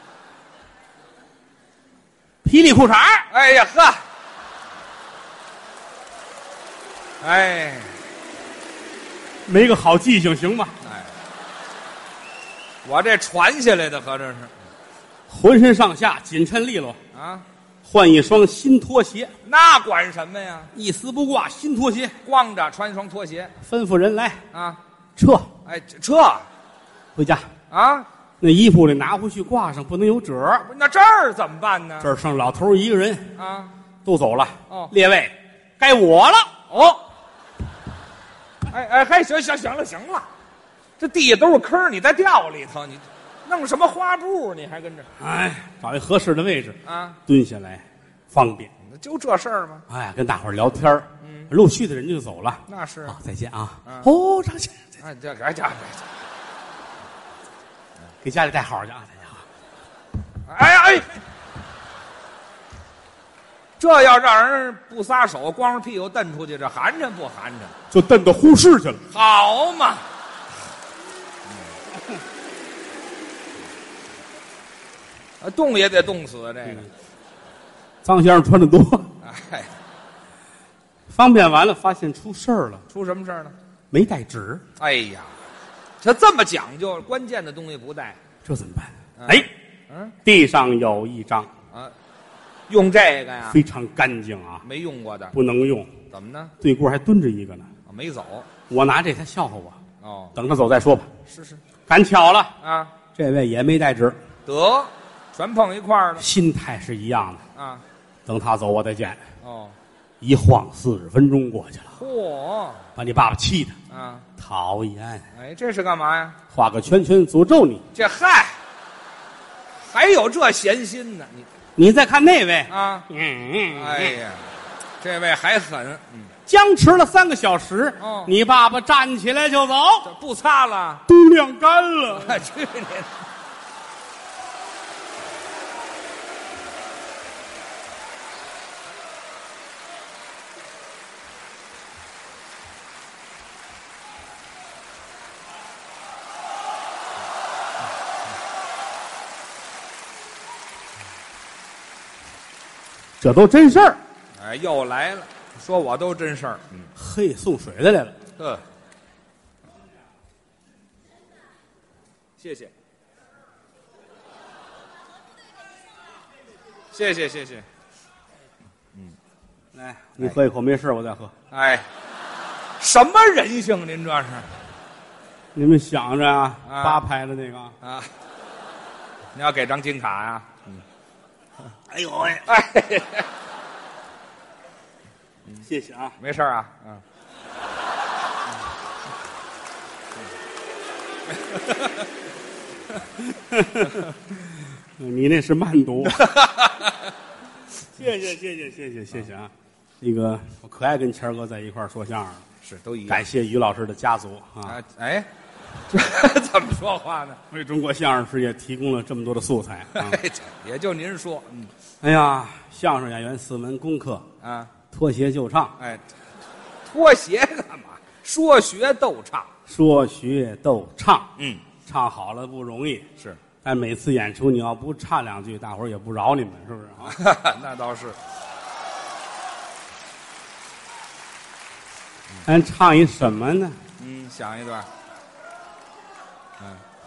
霹雳裤衩， 哎呀呵，哎没个好记性行吗？ 哎，我这传下来的合着是浑身上下紧衬利落， 啊， 换一双新拖鞋， 那管什么呀？ 一丝不挂，新拖鞋， 光着穿一双拖鞋吩咐人来啊， 撤， 哎，撤回家。 啊， 那衣服得拿回去挂上，不能有褶儿。 那这儿怎么办呢？ 这儿剩老头一个人， 啊， 都走了。 哦列位，该我了。 哦，哎哎嘿，行行行了行了，这地下都是坑，你再掉里头，你弄什么花布？你还跟着哎，找一合适的位置啊， 蹲下来，方便。 就这事儿吗？ 哎，跟大伙儿聊天儿嗯， 陆续的人就走了。 那是啊，再见啊！ 嗯哦，张先生， 哎，这该家给家里带好去啊！再见啊！ 哎哎，这要让人不撒手，光着屁股蹬出去，这寒碜不寒碜？ 就蹬到呼市去了。 好嘛！啊，冻也得冻死这个。 张先生穿的多， 哎， 方便完了，发现出事儿了， 出什么事儿了？ 没带纸， 哎呀，这这么讲究，关键的东西不带。 这怎么办？ 嗯哎， 嗯地上有一张， 啊，用这个呀？ 非常干净啊， 没用过的， 不能用。 怎么呢？ 对过还蹲着一个呢， 啊没走。 我拿这他笑话我， 哦， 等他走再说吧。 是是赶巧了， 啊， 这位也没带纸， 得，全碰一块儿了心态是一样的。 啊。 等他走我再见， 哦， 一晃四十分钟过去了， 嚯把你爸爸气的啊！ 讨厌， 哎，这是干嘛呀？ 画个圈圈诅咒你。 这嗨，还有这闲心呢？你你再看那位， 啊， 嗯， 哎呀，这位还狠，嗯， 僵持了三个小时， 哦你爸爸站起来就走， 这不擦了， 都晾干了。 我去你！ 这都真事儿。 哎，又来了，说我都真事儿，嗯， 嘿，送水的来了， 呵，谢谢，谢谢谢谢， 来，你喝一口没事，我再喝。 哎，什么人性？您这是你们想着啊， 啊八排的那个， 啊？你要给张金卡呀？ 哎呦喂， 哎， 谢谢啊。 没事啊，嗯。 你那是慢读。谢谢谢谢谢谢谢谢啊！那个我可爱跟谦儿哥在一块儿说相声了， 是都一样。 感谢于老师的家族啊， 哎哎，这怎么说话呢？ 为中国相声事业提供了这么多的素材啊！ 哎，也就您说，嗯哎呀，相声演员四门功课： 啊， 脱鞋就唱， 哎，脱鞋干嘛？说学逗唱， 说学逗唱， 嗯， 唱好了不容易， 是， 但每次演出你要不唱两句，大伙儿也不饶你们，是不是啊？ 那倒是。 咱唱一什么呢？ 嗯，想一段。嗯，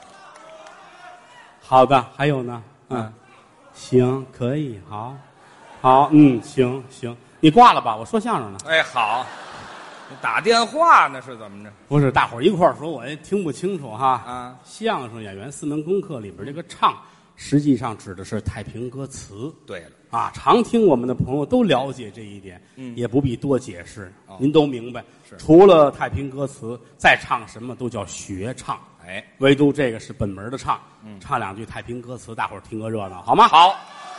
好的，还有呢？嗯， 嗯行，可以，好，好，嗯，行行，你挂了吧，我说相声呢。 哎，好，你打电话呢是怎么着？ 不是，大伙儿一块儿说，我也听不清楚哈。 啊， 相声演员四门功课里边这个唱实际上指的是太平歌词。 对了， 啊，常听我们的朋友都了解这一点， 嗯也不必多解释， 哦您都明白。 是除了太平歌词，再唱什么都叫学唱， 哎， 唯独这个是本门的唱。 嗯唱两句太平歌词，大伙儿听个热闹，好吗？ 好，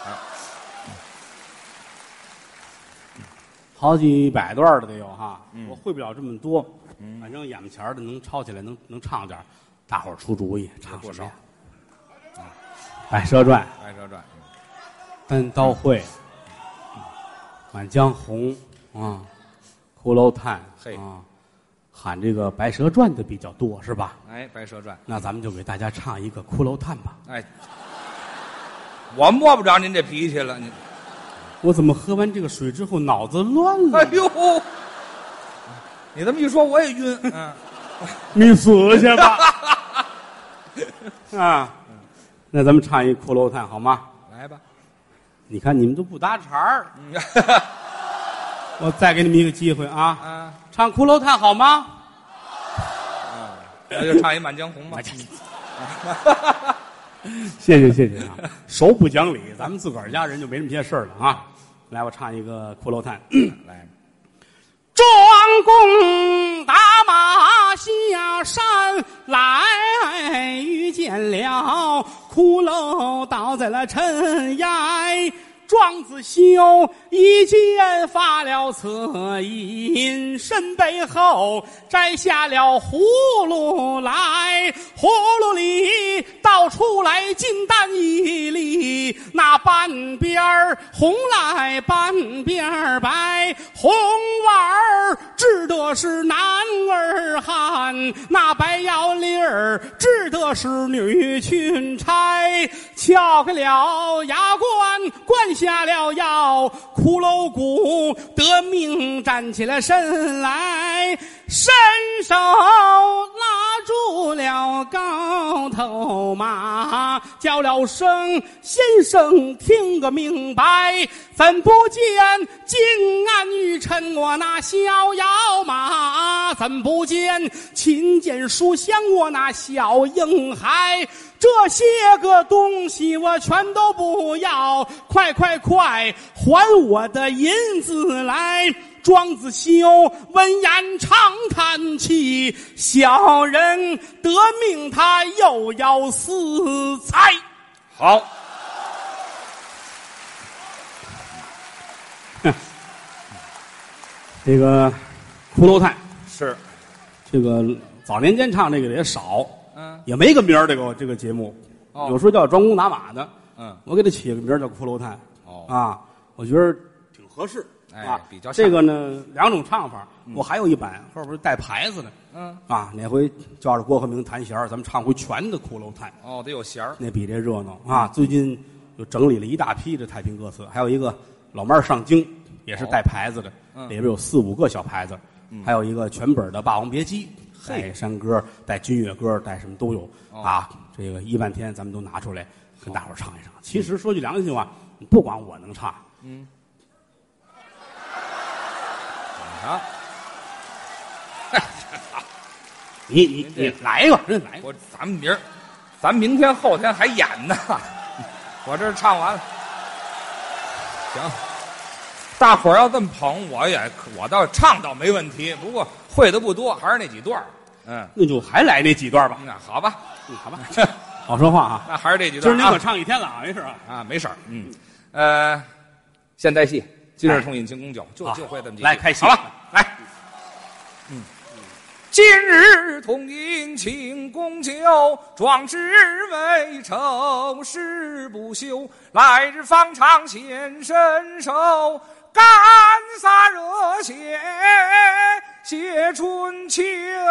好几百段的得有哈， 嗯我会不了这么多，反正眼巴前的能抄起来，能能唱点儿，大伙儿出主意，唱不少什么呀？《百蛇传》、 《白蛇传》， 单刀会、满江红啊、骷髅叹嘿啊，喊这个《白蛇传》的比较多是吧？ 哎，《白蛇传》， 那咱们就给大家唱一个《骷髅叹》吧。 哎，我摸不着您这脾气了，您。 我怎么喝完这个水之后脑子乱了？ 哎呦，你这么一说我也晕。嗯， 你死去吧！啊，那咱们唱一《骷髅叹》好吗？ 来吧。 你看你们都不搭茬儿， 嗯， 我再给你们一个机会啊！ 啊， 唱《骷髅叹》好吗？ 那就唱一《满江红》吧。 谢谢谢谢啊！手不讲理，咱们自个儿家人就没这么些事儿了啊！来，我唱一个《骷髅叹》。 来， 庄公打马下山来，遇见了骷髅倒在了尘崖。庄子修一剑发了恻隐身背后，摘下了葫芦来，葫芦里倒出来金丹一粒，那半边儿红来半边儿白，红丸儿指的是男儿汉，那白腰粒儿指的是女裙钗，撬开了牙关关下了腰，骷髅骨得命站起了身来，伸手拉住了高头马，叫了声先生听个明白，怎不见金鞍玉衬我那逍遥马，怎不见琴剑书香我那小婴孩，这些个东西我全都不要，快快快还我的银子来。庄子修闻言长叹气，小人得命他又要私财。 好， 这个骷髅叹是， 这个早年间唱这个的也少， 嗯也没个名儿。这个这个节目， 哦有时候叫庄公打马的， 嗯， 我给他起个名儿叫骷髅叹。 哦啊，我觉得挺合适。 哎啊， 比较像这个呢，两种唱法。我还有一版后边带牌子的。 嗯， 啊，哪回叫着郭鹤鸣弹弦儿，咱们唱回全的骷髅叹， 哦，得有弦儿。 那比这热闹啊！最近又整理了一大批的太平歌词，还有一个老妹儿上京，也是带牌子的， 嗯里边有四五个小牌子，还有一个全本的《霸王别姬》，带山歌、带军乐歌、带什么都有啊！这个一半天咱们都拿出来跟大伙儿唱一唱。其实说句良心话，不光我能唱， 嗯，啊， 你你你来一个，人来一个。 我咱们明儿，咱明天后天还演呢。我这唱完了，行。大伙儿要这么捧，我也我倒唱倒没问题，不过会的不多，还是那几段。嗯， 那就还来那几段吧。 那好吧， 嗯，好吧，好说话啊。 那还是这几今段。 儿您可唱一天了啊，没事啊。 啊，没事儿。嗯，呃，现代戏，今日同饮清宫酒，就好就会这么几句。 来开戏好吧，来。嗯，今日同饮清宫酒，壮志未酬誓不休。来日方长显身手，干洒热血写春秋。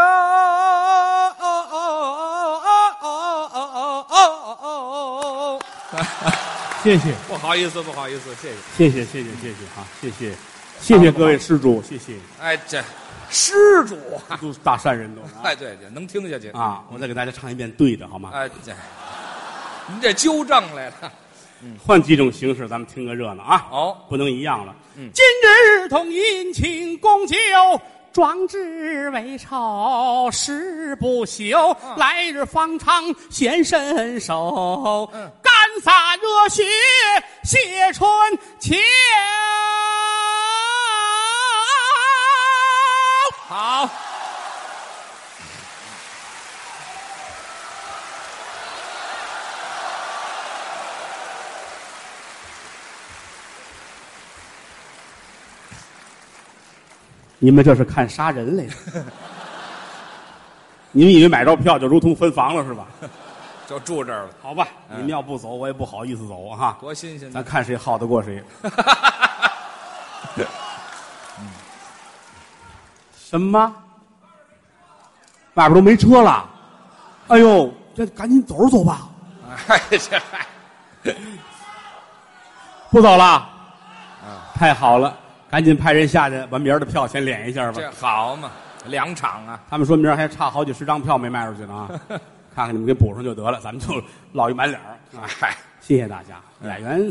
谢谢， 不好意思，不好意思，谢谢。 谢谢，谢谢，谢谢啊，谢谢，谢谢各位施主，谢谢， 哎，这施主啊， 都是大善人都啊。 哎，对对，能听下去。 啊，我再给大家唱一遍对的好吗？ 哎，这您这纠正来了。 换几种形式，咱们听个热闹啊！ 哦， 不能一样了。 嗯今日同饮清宫酒，壮志未酬誓不休。 嗯来日方长显身手， 嗯干洒热血写春秋。 好。 你们这是看杀人来了？你们以为买着票就如同分房了是吧？ 就住这儿了。 好吧， 嗯、 你们要不走，我也不好意思走哈。 多新鲜！ 咱看谁耗得过谁。 嗯、 什么？外边都没车了？哎呦，这赶紧走着走吧。 哎，这不走了？啊、 嗯， 太好了。赶紧派人下去把明儿的票先敛一下吧。 这好嘛，两场啊！ 他们说明儿还差好几十张票没卖出去呢啊！看看你们给补上就得了，咱们就落一满脸儿。 哎， 谢谢大家。演员，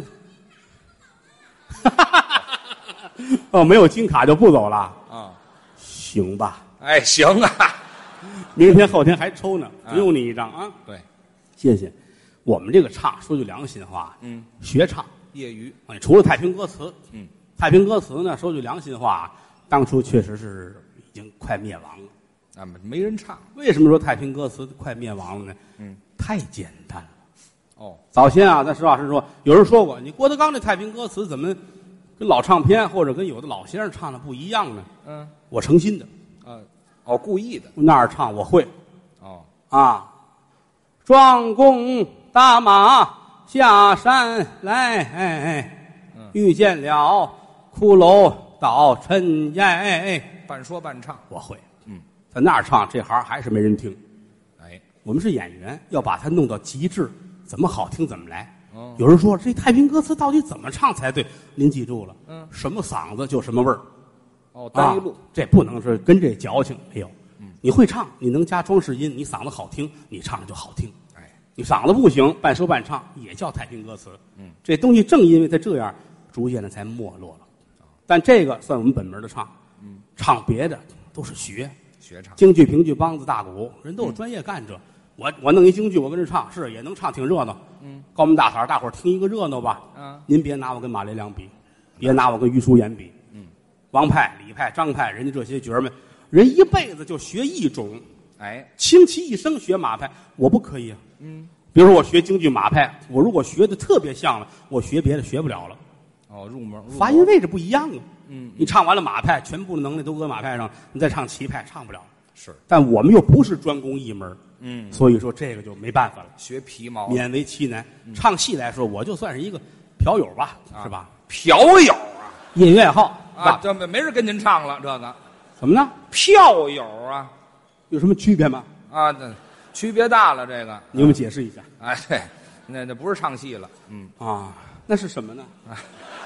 哦，没有金卡就不走了啊、 嗯？ 行吧。 哎，行啊。 明天后天还抽呢，只有你一张啊。 对， 谢谢。我们这个唱，说句良心话， 嗯， 学唱业余啊，除了太平歌词， 嗯。 太平歌词呢，说句良心话，当初确实是已经快灭亡了。 啊，没人唱。 为什么说太平歌词快灭亡了呢？ 嗯， 太简单了。 哦， 早先啊，咱实话实说，有人说过，你郭德纲这太平歌词怎么跟老唱片或者跟有的老先生唱的不一样呢？ 嗯， 我诚心的。 呃，哦，故意的。 那儿唱我会。 哦， 啊，庄公打马下山来，嗯、遇见了骷髅倒尘埃， 半说半唱， 我会。 嗯， 在那儿唱这行还是没人听。 哎， 我们是演员，要把它弄到极致，怎么好听怎么来。 哦， 有人说这太平歌词到底怎么唱才对？您记住了， 嗯， 什么嗓子就什么味儿。 哦，单一路、 啊，这不能是跟这矫情没有。 嗯， 你会唱，你能加装饰音，你嗓子好听，你唱的就好听。 哎， 你嗓子不行，半说半唱也叫太平歌词。 嗯，这东西正因为它这样，逐渐的才没落了。但这个算我们本门的唱， 嗯， 唱别的都是学学唱， 京剧、评剧、梆子、大鼓，人都有专业干这。嗯、我我弄一京剧，我跟着唱，是也能唱，挺热闹。 嗯， 高门大嗓，大伙儿听一个热闹吧。 嗯， 您别拿我跟马连良比，别拿我跟于淑妍比。 嗯， 王派、李派、张派，人家这些角儿们，人一辈子就学一种， 哎， 倾其一生学马派，我不可以啊。 嗯， 比如说我学京剧马派，我如果学的特别像了，我学别的学不了了。 哦，入门，入门发音位置不一样啊。 嗯， 你唱完了马派，全部的能耐都搁马派上，你再唱旗派，唱不了。 是， 但我们又不是专攻一门， 嗯， 所以说这个就没办法了， 学皮毛， 勉为其难。 嗯、 唱戏来说，我就算是一个嫖友吧， 啊、 是吧？ 嫖友啊， 业余爱好啊，这没人跟您唱了，这个怎么呢？ 票友啊， 有什么区别吗？ 啊，这区别大了，这个你给我们解释一下。 哎，对，那那不是唱戏了，嗯啊，那是什么呢？ 啊，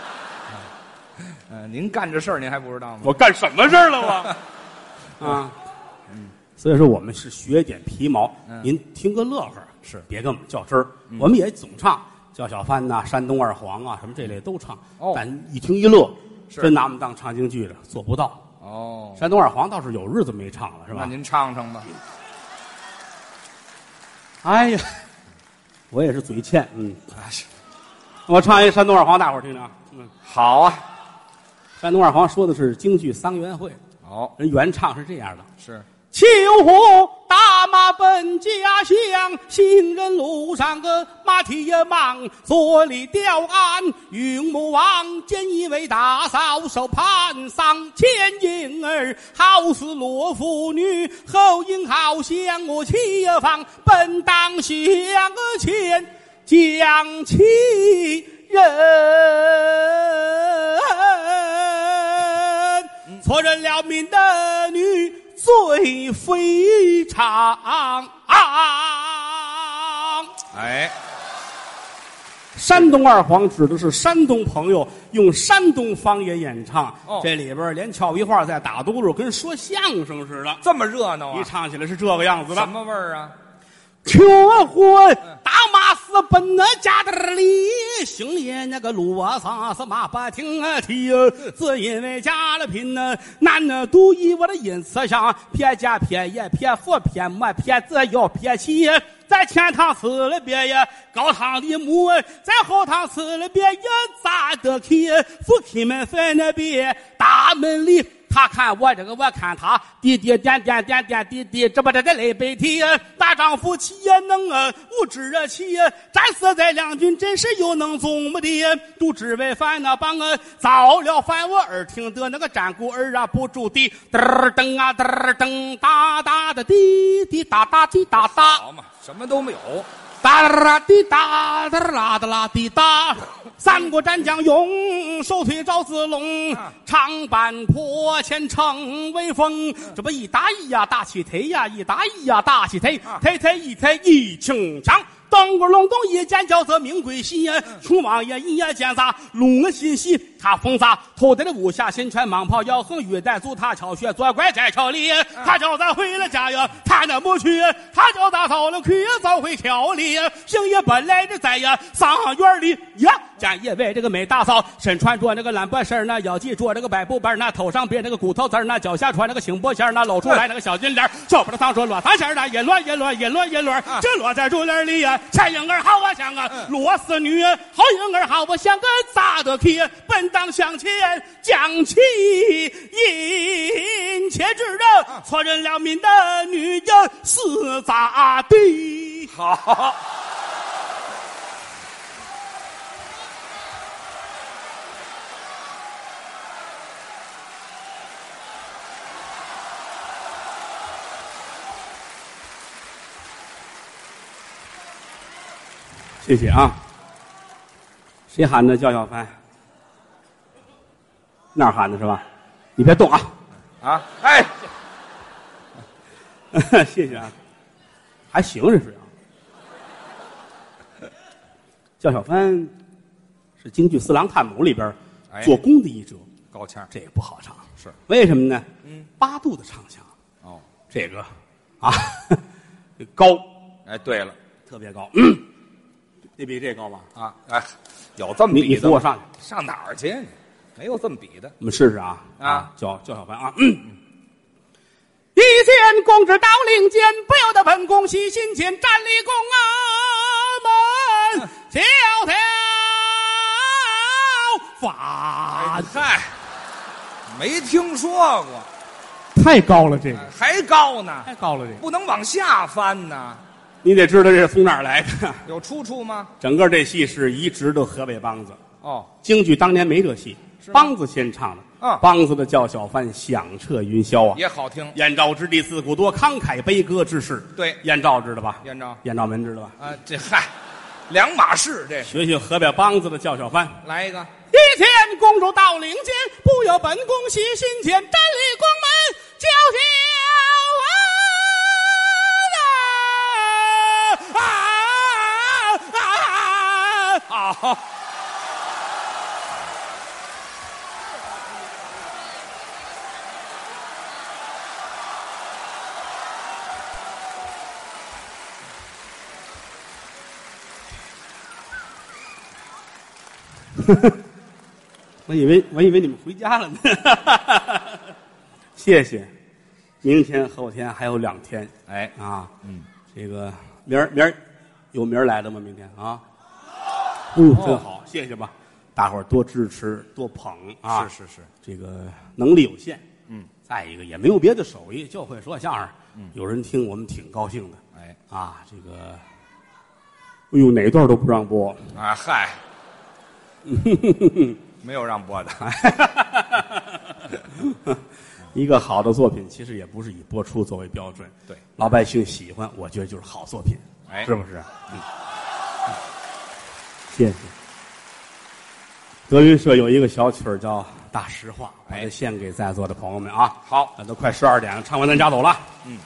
呃，您干这事儿您还不知道吗？ 我干什么事儿了我？啊，嗯，所以说我们是学点皮毛， 嗯、 您听个乐呵， 是别跟我们较真儿。嗯、我们也总唱叫小番呐、山东二黄啊，什么这类都唱。 哦， 但一听一乐，真拿我们当唱京剧的，做不到。 哦， 山东二黄倒是有日子没唱了，是吧？ 那您唱唱吧。 哎呀，我也是嘴欠，嗯，我唱一山东二黄，大伙儿听听。嗯， 好啊。 山东二黄说的是京剧桑园会， 哦， 人原唱是这样的： 是秋胡大马奔家乡，行人路上个马蹄也忙，坐立吊鞍云母王，见一位大嫂手盘桑，前婴儿好似罗妇女，后婴好像我妻房，本当向前将其人，错认了民的女最非常。 哎， 山东二黄指的是山东朋友用山东方言演唱， 哦、 这里边连俏皮话在打嘟噜，跟说相声似的， 这么热闹啊！ 一唱起来是这个样子的。 什么味儿啊？ 求婚大马是奔那家的里，星爷那个路啊上是马不停啊蹄，只因为家了贫呢，男的独以我的因此上，撇家撇业撇父撇母撇子要撇妻， 在前堂吃了别呀，高堂的木；在后堂吃了别呀，咋得去？夫妻们分了别，大门里。他看我这个，我看他，滴滴点点点点滴滴，这不这这泪悲啼。大丈夫气也能啊，无知热气，战死在两军，真是又能怎么的？都只为犯那帮啊，造了反我耳听得那个战鼓儿啊不住地，嘚儿噔啊嘚儿噔，哒哒的滴滴哒哒滴哒哒。 好嘛，什么都没有。 哒啦滴哒哒啦哒啦滴哒，三国战将勇，手推赵子龙，长坂坡前逞威风。这不一打一呀打起腿呀，一打一呀打起腿，腿腿一腿一清枪。当个隆咚一尖叫则名归西，楚王爷一夜见啥龙了心喜，他封啥头戴的武侠新拳蟒袍摇横玉带足，他敲穴做怪在桥里，他叫咱回了家呀，他那不去，他叫咱到了去早回桥里，行也本来的在呀上院里呀，见一位这个美大嫂，身穿着那个蓝白衫那腰系着这个白布板那头上别那个骨头子那脚下穿那个青布线那露出来那个小金莲，脚不着上说落三线那一摞一摞一摞一摞，这落在竹帘里呀。前婴儿好啊像个罗丝女，好婴儿好不像个咋的去？本当向前将其殷切之人，错认了民的女人是咋的？ 好。 谢谢啊！谁喊的？叫小帆？那儿喊的是吧？你别动啊！ 啊，哎， 谢谢啊，还行这是啊。叫小帆是京剧《四郎探母》里边做工的一折， 高腔， 这个不好唱， 是为什么呢？ 嗯， 八度的唱腔。 哦， 这个啊，高， 哎，对了， 特别高。嗯。这比这高吧？ 啊，哎，有这么比的？ 你扶我上去， 上哪儿去？没有这么比的。 我们试试啊！ 啊， 叫叫小帆啊！嗯，一见公之到令间，不由得本宫喜心间，站立宫啊门，萧条法。 嗨，没听说过， 太高了，这个还高呢， 太高了，这个不能往下翻呢。 你得知道这是从哪儿来的。 有出处吗？ 整个这戏是移植的河北梆子。 哦， 京剧当年没这戏，梆子先唱的。 嗯， 梆子的叫小帆响彻云霄啊， 也好听。 燕赵之地自古多，慷慨悲歌之士。 对， 燕赵知道吧？ 燕赵， 燕赵门知道吧？ 啊，这嗨，两码事。这学学河北梆子的叫小帆， 来一个。 一见公主到领间，不由本宫喜心间，站立宫门叫小啊啊啊！ 好。 我以为我以为你们回家了呢。谢谢，明天后天还有两天。 哎啊， 嗯， 这个明儿明儿有明儿来的吗？明天啊，哎呦，真好，谢谢吧，大伙儿多支持多捧啊！ 是是是， 这个能力有限， 嗯， 再一个也没有别的手艺，就会说相声， 嗯， 有人听我们挺高兴的。 哎啊，这个，哎呦，哪段都不让播啊，嗨。没有让播的。 一个好的作品其实也不是以播出作为标准， 对， 老百姓喜欢，我觉得就是好作品， 哎， 是不是？嗯，谢谢。德云社有一个小曲儿叫《大实话》，把它献给在座的朋友们啊。 好， 都快十二点了，唱完咱家走了。 嗯。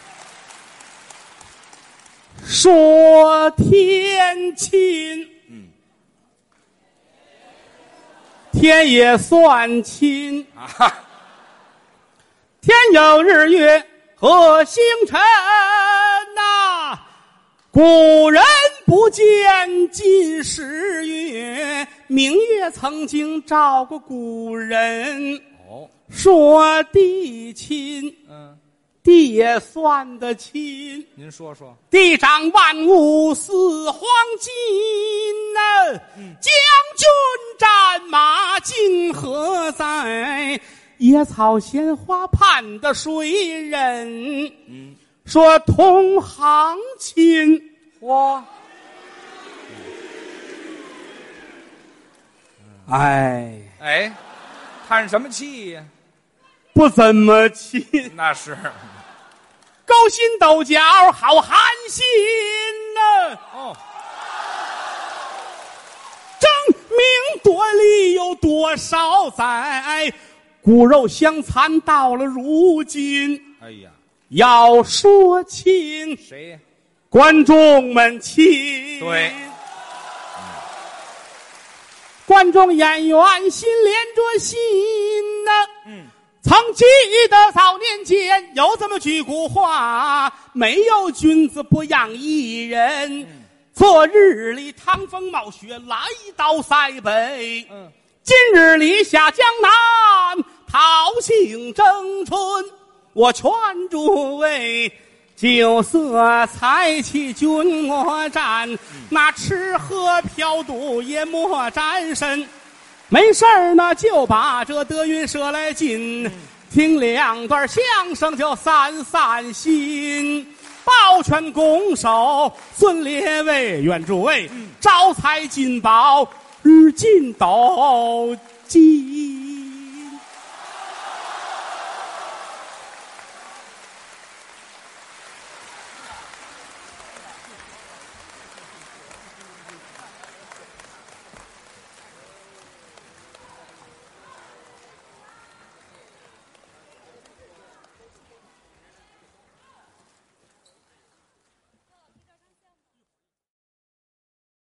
说天亲。天也算亲啊， 天有日月和星辰呐、啊，古人不见今时月，明月曾经照过古人。 哦， 说地亲， 嗯， 地也算得清。 您说说， 地长万物似黄金呐、啊嗯，将军战马今何在？野草鲜花盼的谁人？嗯，说同行亲。 嚯！ 哎哎，叹什么气呀？ 不怎么亲。 那是。 勾心斗角好寒心呐、啊！ 哦， 争名夺利有多少载？骨肉相残到了如今。 哎呀， 要说亲， 谁？ 观众们亲。 对。 观众演员心连着心呐、啊，嗯，曾记得早年间有这么句古话：没有君子不养艺人。嗯、昨日里趟风冒雪来到塞北，嗯，今日里下江南讨杏争春。我劝诸位，酒色财气君莫沾，嗯、那吃喝嫖赌也莫沾身。没事儿呢，就把这德云社来进，嗯、听两段相声就散散心。抱拳拱手，尊列位，愿诸位、嗯、招财进宝，日进斗金。